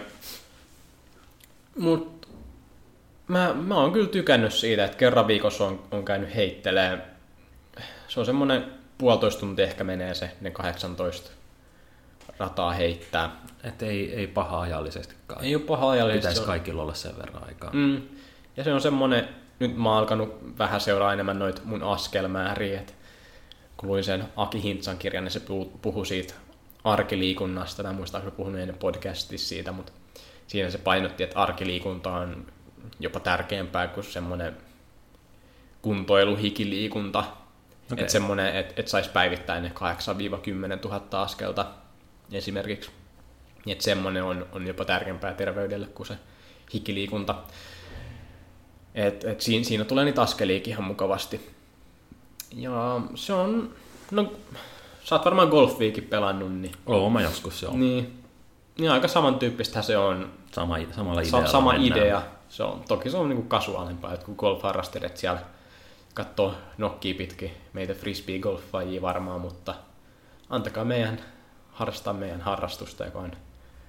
Mut mä, mä oon kyllä tykännyt siitä, että kerran viikossa on, on käynyt heittelemään. Se on semmonen puolitoista tuntia ehkä menee se, ne kahdeksantoista rataa heittää. Että ei, ei paha ajallisestikaan. Ei ole paha ajallisesti. Pitäisi kaikilla olla sen verran aikaa. Mm. Ja se on semmonen, nyt mä oon alkanut vähän seuraa enemmän noita mun askelmääriä. Et kun luin sen Aki Hintsan kirjan, niin se puhui siitä arkiliikunnasta. Mä en muista, että puhunut ennen podcastissa siitä, mutta siinä se painotti, että arkiliikunta on jopa tärkeämpää kuin semmoinen kuntoilu, hikiliikunta. Okay. Että semmoinen, että et saisi päivittäin ne kahdeksan kymmenen tuhatta askelta esimerkiksi. Että semmoinen on, on jopa tärkeämpää terveydelle kuin se hikiliikunta. Et, et siinä, siinä tulee niitä askeliakin ihan mukavasti. Ja se on, no sä oot varmaan golfiikin pelannut, niin... Oo, mä joskus se on. Niin, niin aika samantyyppistä se on. Sama, samalla idealla Sa, Sama mennään. idea. Se on, toki se on niinku kasuaalempaa, että kun golf-harrastajat siellä katsoo nokkii pitkin meitä frisbee-golfaajia varmaan, mutta antakaa meidän harrastaa meidän harrastusta, joka on...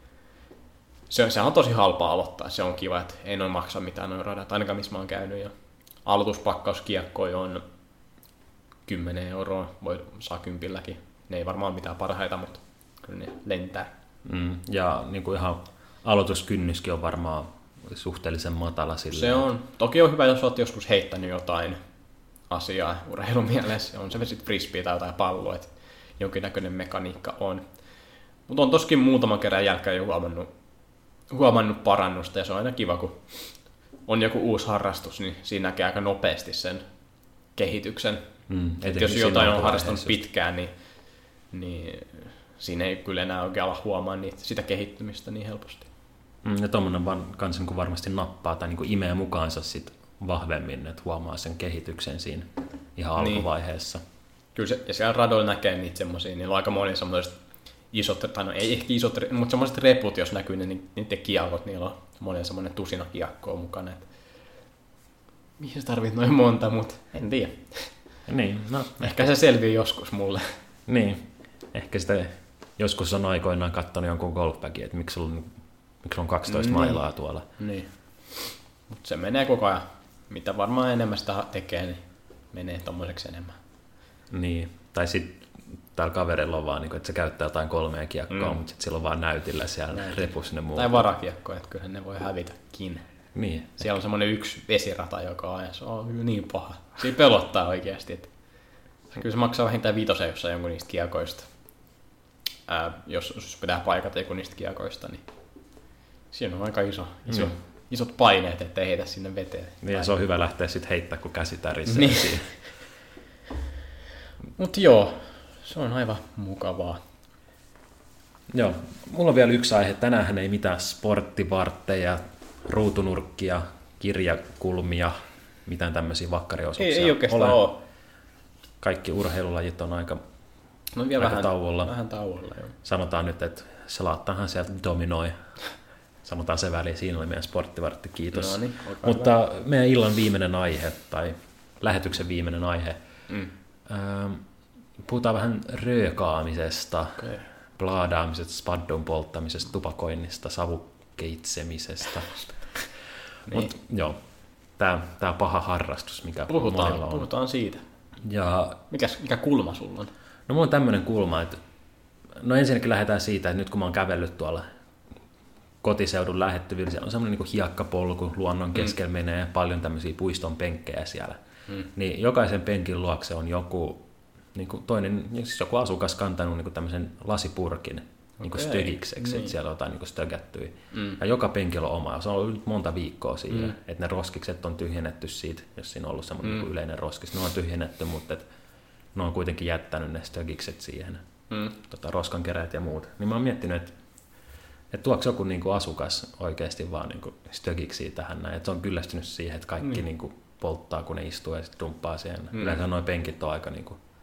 Se, sehän on tosi halpaa aloittaa, se on kiva, että ei noin maksa mitään noin radat, ainakaan missä mä oon käynyt. Ja aloituspakkaus-kiekkoja on kymmenen euroa, voi saa kympilläkin. Ne ei varmaan mitään parhaita, mutta kyllä ne lentää. Mm, ja niin kuin ihan aloituskynnyskin on varmaan suhteellisen matala sillä. Se on. Toki on hyvä, jos olet joskus heittänyt jotain asiaa urheilumielessä. On se sitten frisbee tai jotain palloa, että jonkinnäköinen mekaniikka on. Mutta on toskin muutaman kerran jälkeen jo huomannut, huomannut parannusta, ja se on aina kiva, kun on joku uusi harrastus, niin siinä näkee aika nopeasti sen kehityksen. Mm, jos jotain on harrastanut pitkään, niin, niin siinä ei kyllä enää oikein ala huomaa niitä, sitä kehittymistä niin helposti. Mm, ja tuommoinen vaan kans niin varmasti nappaa tai niin kuin imee mukaansa sit vahvemmin, että huomaa sen kehityksen siinä ihan niin. Alkuvaiheessa. Kyllä se, ja siellä radoilla näkee niitä semmosia, niillä on aika moni semmoiset isot, tai no ei ehkä isot, mutta semmoiset reput, jos näkyy ne, niin niiden kiekot, niillä on monen semmoinen tusina kiekkoa mukana. Et mihin sä tarvit noin monta, mutta en tiedä. Niin, no, ehkä, ehkä se selviää joskus mulle. Niin, ehkä sitä joskus on aikoinaan katsonut jonkun golfbagin, että miksi sulla on, miksi on kaksitoista niin. mailaa tuolla. Niin, mutta se menee koko ajan. Mitä varmaan enemmän sitä tekee, niin menee tommoiseksi enemmän. Niin, tai sitten täällä kaverilla on vaan, että se käyttää jotain kolmea kiekkoa, mm. mutta sitten sillä on vaan näytillä siellä Näytin. repussa ne muut. Tai varakiekkoja, että kyllähän ne voi hävitäkin. Niin. Siellä on semmoinen yksi vesirata, joka on, se on kyllä niin paha. Siinä pelottaa oikeasti. Että kyllä se maksaa vähintään viitosen jossain jonkun niistä kiekoista. Ää, jos, jos pitää paikata joku niistä kiekoista, niin siinä on aika iso, iso, mm. isot paineet, ettei heitä sinne veteen. Niin, ja se on hyvä lähteä sitten heittää, kun käsi tärisee niin. siinä. Mut joo, se on aivan mukavaa. Joo, mulla on vielä yksi aihe. Tänään ei mitään sporttivartteja, ruutunurkkia, kirjakulmia, mitään tämmöisiä vakkariosuuksia. Ei, ei oikeastaan ole. ole. Kaikki urheilulajit on aika, no vielä aika vähän, tauolla. Vähän tauolla, joo. Sanotaan nyt, että selaattahan sieltä dominoi. Sanotaan se väliin, siinä oli meidän sporttivartti, kiitos. No niin, mutta hyvä. Meidän illan viimeinen aihe, tai lähetyksen viimeinen aihe, mm. ähm, puhutaan vähän röökaamisesta, okay. plaadaamisesta, spaddun polttamisesta, tupakoinnista, savukeitsemisestä. niin. Mut joo, tää, tää paha harrastus, mikä puhutaan, monella on. Puhutaan siitä. Ja, Mikäs, mikä kulma sulla on? No mulla on tämmönen kulma, että no ensinnäkin lähdetään siitä, että nyt kun mä oon kävellyt tuolla kotiseudun lähettyvillä, siellä on semmoinen niin hiekkapolku, luonnon keskellä mm. menee, paljon tämmöisiä puiston penkkejä siellä. Mm. Niin jokaisen penkin luokse on joku, niin kuin toinen, siis joku asukas kantanut niin kuin tämmöisen lasipurkin niin kuin stögikseksi, niin. Että siellä on jotain niin kuin stögättyä. Mm. Ja joka penkillä on oma. Se on ollut monta viikkoa siihen, mm. että ne roskikset on tyhjennetty siitä, jos siinä on ollut semmoinen mm. niin kuin yleinen roskis. Ne on tyhjennetty, mutta et, ne on kuitenkin jättänyt ne stögikset siihen, mm. tota, roskankeräät ja muut. Niin mä oon miettinyt, että että tuoksi joku niin kuin asukas oikeasti vaan niin kuin stögiksi tähän näin. Että se on kyllästynyt siihen, että kaikki mm. niin kuin polttaa, kun ne istuu ja sitten dumppaa siihen. Mm. Yleensä nuo penkit on aika niin kuin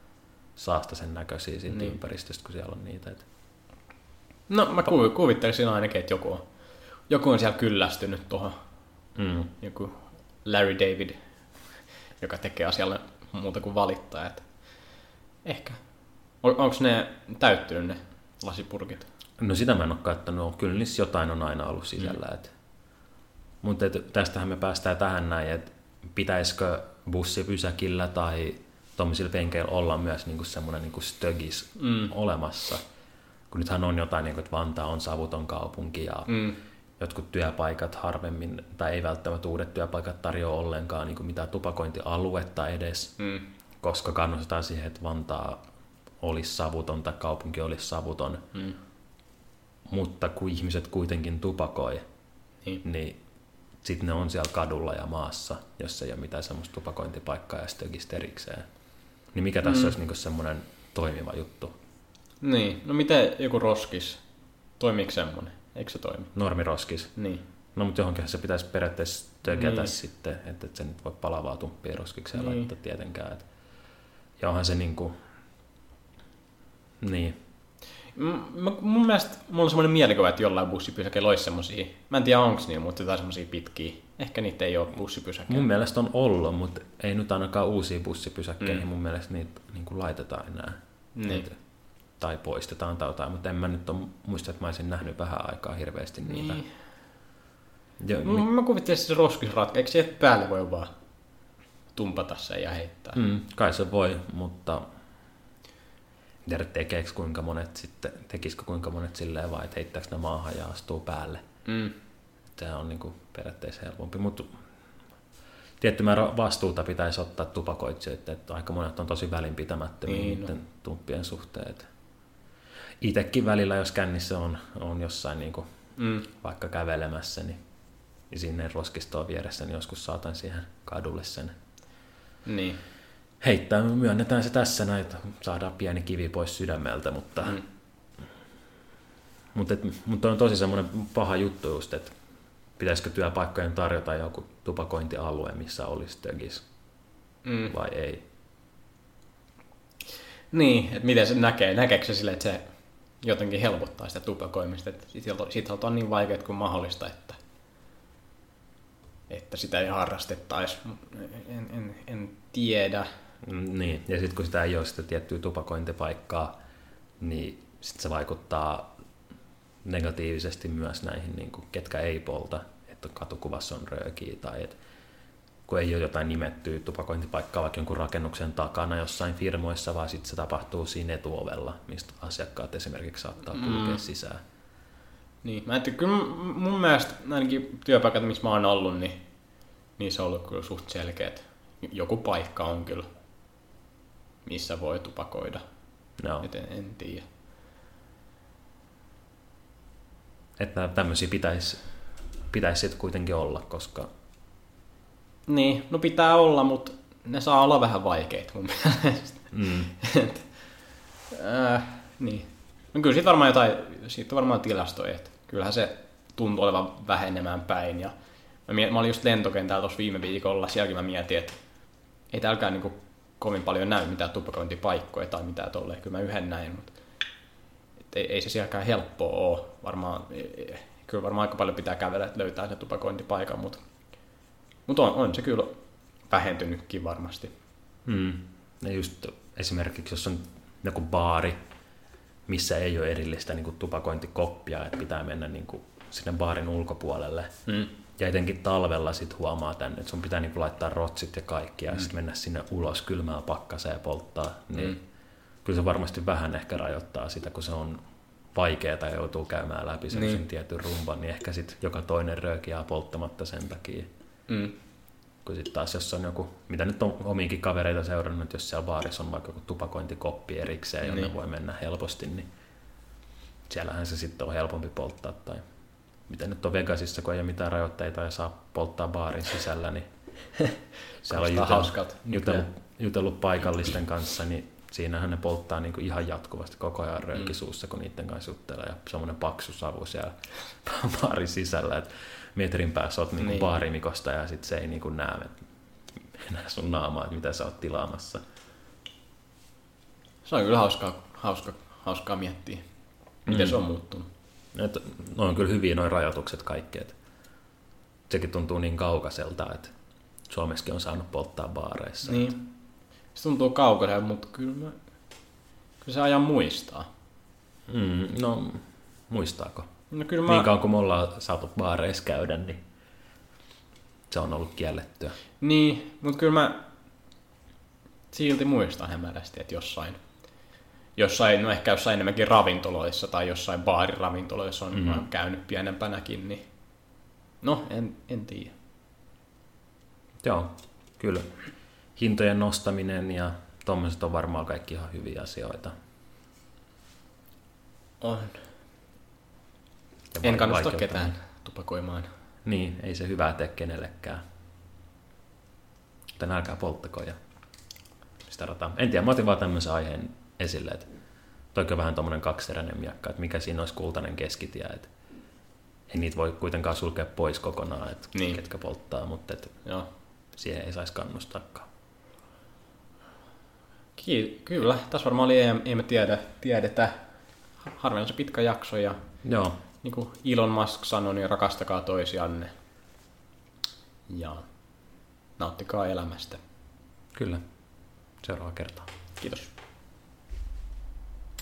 saastaisen näköisiä siitä Niin. ympäristöstä, kun siellä on niitä. Et No mä kuvi- kuvittelisin ainakin, että joku on, joku on siellä kyllästynyt tuohon. Mm. Joku Larry David, joka tekee asialle muuta kuin valittaa. Että ehkä. On, onko ne täyttynyt ne lasipurkit? No sitä mä en ole katsonut. Kyllä niissä jotain on aina ollut sisällä. Mm. Et. Mutta et, tästähän me päästään tähän näin, että pitäisikö bussipysäkillä tai tuommoisilla penkeillä olla myös niinku semmoinen niinku stögis Mm. olemassa. Kun nythän on jotain, niinku, että Vantaa on savuton kaupunki ja Mm. jotkut työpaikat harvemmin, tai ei välttämättä uudet työpaikat tarjoa ollenkaan niin kuin mitään tupakointialuetta edes, Mm. koska kannustetaan siihen, että Vantaa olisi savuton tai kaupunki olisi savuton. Mm. Mutta kun ihmiset kuitenkin tupakoi, Niin. niin sitten ne on siellä kadulla ja maassa, jos ei ole mitään semmoista tupakointipaikkaa ja stögistä erikseen. Niin mikä tässä Mm. olisi niin semmoinen toimiva juttu? Niin, no miten joku roskis? Toimiiko semmonen? Eikö se toimi? Normiroskis. Niin. No mutta johonkin se pitäisi periaatteessa tökätä Niin. sitten, että et se nyt voi palavaa tumppia roskikseen Niin. laittaa tietenkään. Et. Ja onhan se niinku, niin. M- mä, mun mielestä mulla on semmoinen mielikuva, että jollain bussipysäkeillä olisi semmosia, mä en tiedä onko niin, mutta jotain semmosia pitkiä. Ehkä niitä ei ole bussipysäkeillä. Mun mielestä on ollut, mutta ei nyt ainakaan uusia bussipysäkkeihin Mm. mun mielestä niitä niinku laitetaan enää. Niin. Et, tai poistetaan tai jotain, mutta en mä nyt ole, muista, että mä olisin nähnyt vähän aikaa hirveästi niitä. Niin. Ja, Mä, mi- mä kuvittelisin se roskisratka, eikö siihen päälle voi vaan tumpata sen ja heittää? mm, kai se voi, mutta en tiedä tekeekö kuinka monet sitten, tekisikö kuinka monet silleen vai, että heittääkö ne maahan ja astuu päälle. Mm. Tämä on niin kuin periaatteessa helpompi, mutta tietty määrä vastuuta pitäisi ottaa tupakoitsijoita, että aika monet on tosi välinpitämättömiä Niin, niiden no. tumppien suhteen. Itsekin välillä, jos kännissä on, on jossain niin kuin Mm. vaikka kävelemässä, niin, niin sinne roskistoon vieressä, niin joskus saatan siihen kadulle sen Niin. heittää. Myönnetään se tässä näin, että saadaan pieni kivi pois sydämeltä, mutta, Mm. mutta, et, mutta on tosi semmoinen paha juttu just, että pitäisikö työpaikkojen tarjota joku tupakointialue, missä olisi tögis Mm. vai ei. Niin, että miten se näkee. Näkeekö se silleen, että se jotenkin helpottaa sitä tupakoimista, että siitä on niin vaikeaa kuin mahdollista, että, että sitä ei harrastettaisi. En, en, en tiedä. Mm, Niin, ja sitten kun sitä ei ole sitä tiettyä tupakointipaikkaa, niin sitten se vaikuttaa negatiivisesti myös näihin, niin kuin, ketkä ei polta, että katukuvassa on röökiä tai et, kun ei ole jotain nimettyä tupakointipaikkaa vaikka jonkun rakennuksen takana jossain firmoissa, vaan sitten se tapahtuu siinä etuovella, mistä asiakkaat esimerkiksi saattaa kulkea Mm. sisään. Niin, mä ajattelin, kyllä mun mielestä ainakin työpaikat, missä mä oon ollut, niin niissä on ollut kyllä suht selkeät. Joku paikka on kyllä, missä voi tupakoida. No. Et en, en tiedä. Että tämmöisiä pitäisi pitäisi sitten kuitenkin olla, koska Niin, no pitää olla, mutta ne saa olla vähän vaikeita mun mielestä. mm, Et, äh, niin. No kyllä siitä varmaan jotain, siitä on varmaan tilastoja, että kyllähän se tuntuu olevan vähenemään päin. Ja mä, miet, mä olin just lentokentällä tuossa viime viikolla, sielläkin mä mietin, että ei täälläkään niinku kovin paljon näy mitään tupakointipaikkoja tai mitään tolleen. Kyllä mä yhden näin, mutta et ei, ei se sielläkään helppoa ole. Varmaan, kyllä varmaan aika paljon pitää kävellä, että löytää se tupakointipaikan, mutta, mutta on, on se kyllä vähentynytkin varmasti. mm, ja just esimerkiksi jos on joku baari, missä ei ole erillistä niin kuin tupakointikoppia, että pitää mennä niin kuin sinne baarin ulkopuolelle. Mm. Ja etenkin talvella sit huomaa tänne, että sun pitää niin kuin laittaa rotsit ja kaikki ja Mm. sitten mennä sinne ulos kylmään pakkaseen ja polttaa. Niin Mm. kyllä se varmasti vähän ehkä rajoittaa sitä, kun se on vaikeaa ja joutuu käymään läpi sen Niin. tietyn rumban, niin ehkä sitten joka toinen rööki jää polttamatta sen takia. Mm. Kun sitten taas jos on joku, mitä nyt on omiinkin kavereita seurannut, että jos siellä baarissa on vaikka joku tupakointikoppi erikseen, jonne Niin. voi mennä helposti, niin siellähän se sitten on helpompi polttaa. Tai miten nyt on Vegasissa, kun ei ole mitään rajoitteita ja saa polttaa baarin sisällä, niin siellä on Kuulostaa jutellut, hauskalta. jutellut, jutellut paikallisten kanssa, niin siinähän ne polttaa niin kuin ihan jatkuvasti koko ajan röökisuussa, kun niiden kanssa juttelee. Ja semmoinen paksu savu siellä baarin sisällä, että metrin päässä oot niin kuin Niin. baarimikosta ja sitten se ei niin kuin näe enää sun naamaa, että mitä sä oot tilaamassa. Se on kyllä hauskaa, hauska, hauskaa miettiä, miten mm. se on muuttunut. Et, no on kyllä hyviä noin rajoitukset kaikki. Et sekin tuntuu niin kaukaiselta, että Suomessakin on saanut polttaa baareissa. Niin. Se tuntuu kaukaiselta, mutta kyllä, mä, kyllä se ajan muistaa. Mm, no, muistaako? No, kyllä mä... Niin kauan kuin me ollaan saatu baareissa käydä, niin se on ollut kiellettyä. Niin, mutta kyllä mä silti muistan hämärästi, että jossain, jossain, no ehkä jossain enemmänkin ravintoloissa tai jossain baariravintoloissa on mm-hmm. käynyt pienempänäkin, niin no, en, en tiedä. Joo, kyllä. Hintojen nostaminen ja tommoset on varmaan kaikki ihan hyviä asioita. On. En kannusta ketään tupakoimaan. Niin, ei se hyvää tee kenellekään. Joten älkää polttako ja sitä rataa. En tiedä, mä otin vaan tämmöisen aiheen esille, että toikin on vähän tommonen kaksiteräinen miekka, että mikä siinä olisi kultainen keskitie, että ei niitä voi kuitenkaan sulkea pois kokonaan, että niin. ketkä polttaa, mutta että joo. siihen ei saisi kannustaakaan. Ki- kyllä, tässä varmaan oli, ei, ei me tiedä, tiedetä. Harvoin se pitkä jakso ja joo. niin kuin Elon Musk sanoi, niin rakastakaa toisianne ja nauttikaa elämästä. Kyllä, seuraava kertaa. Kiitos.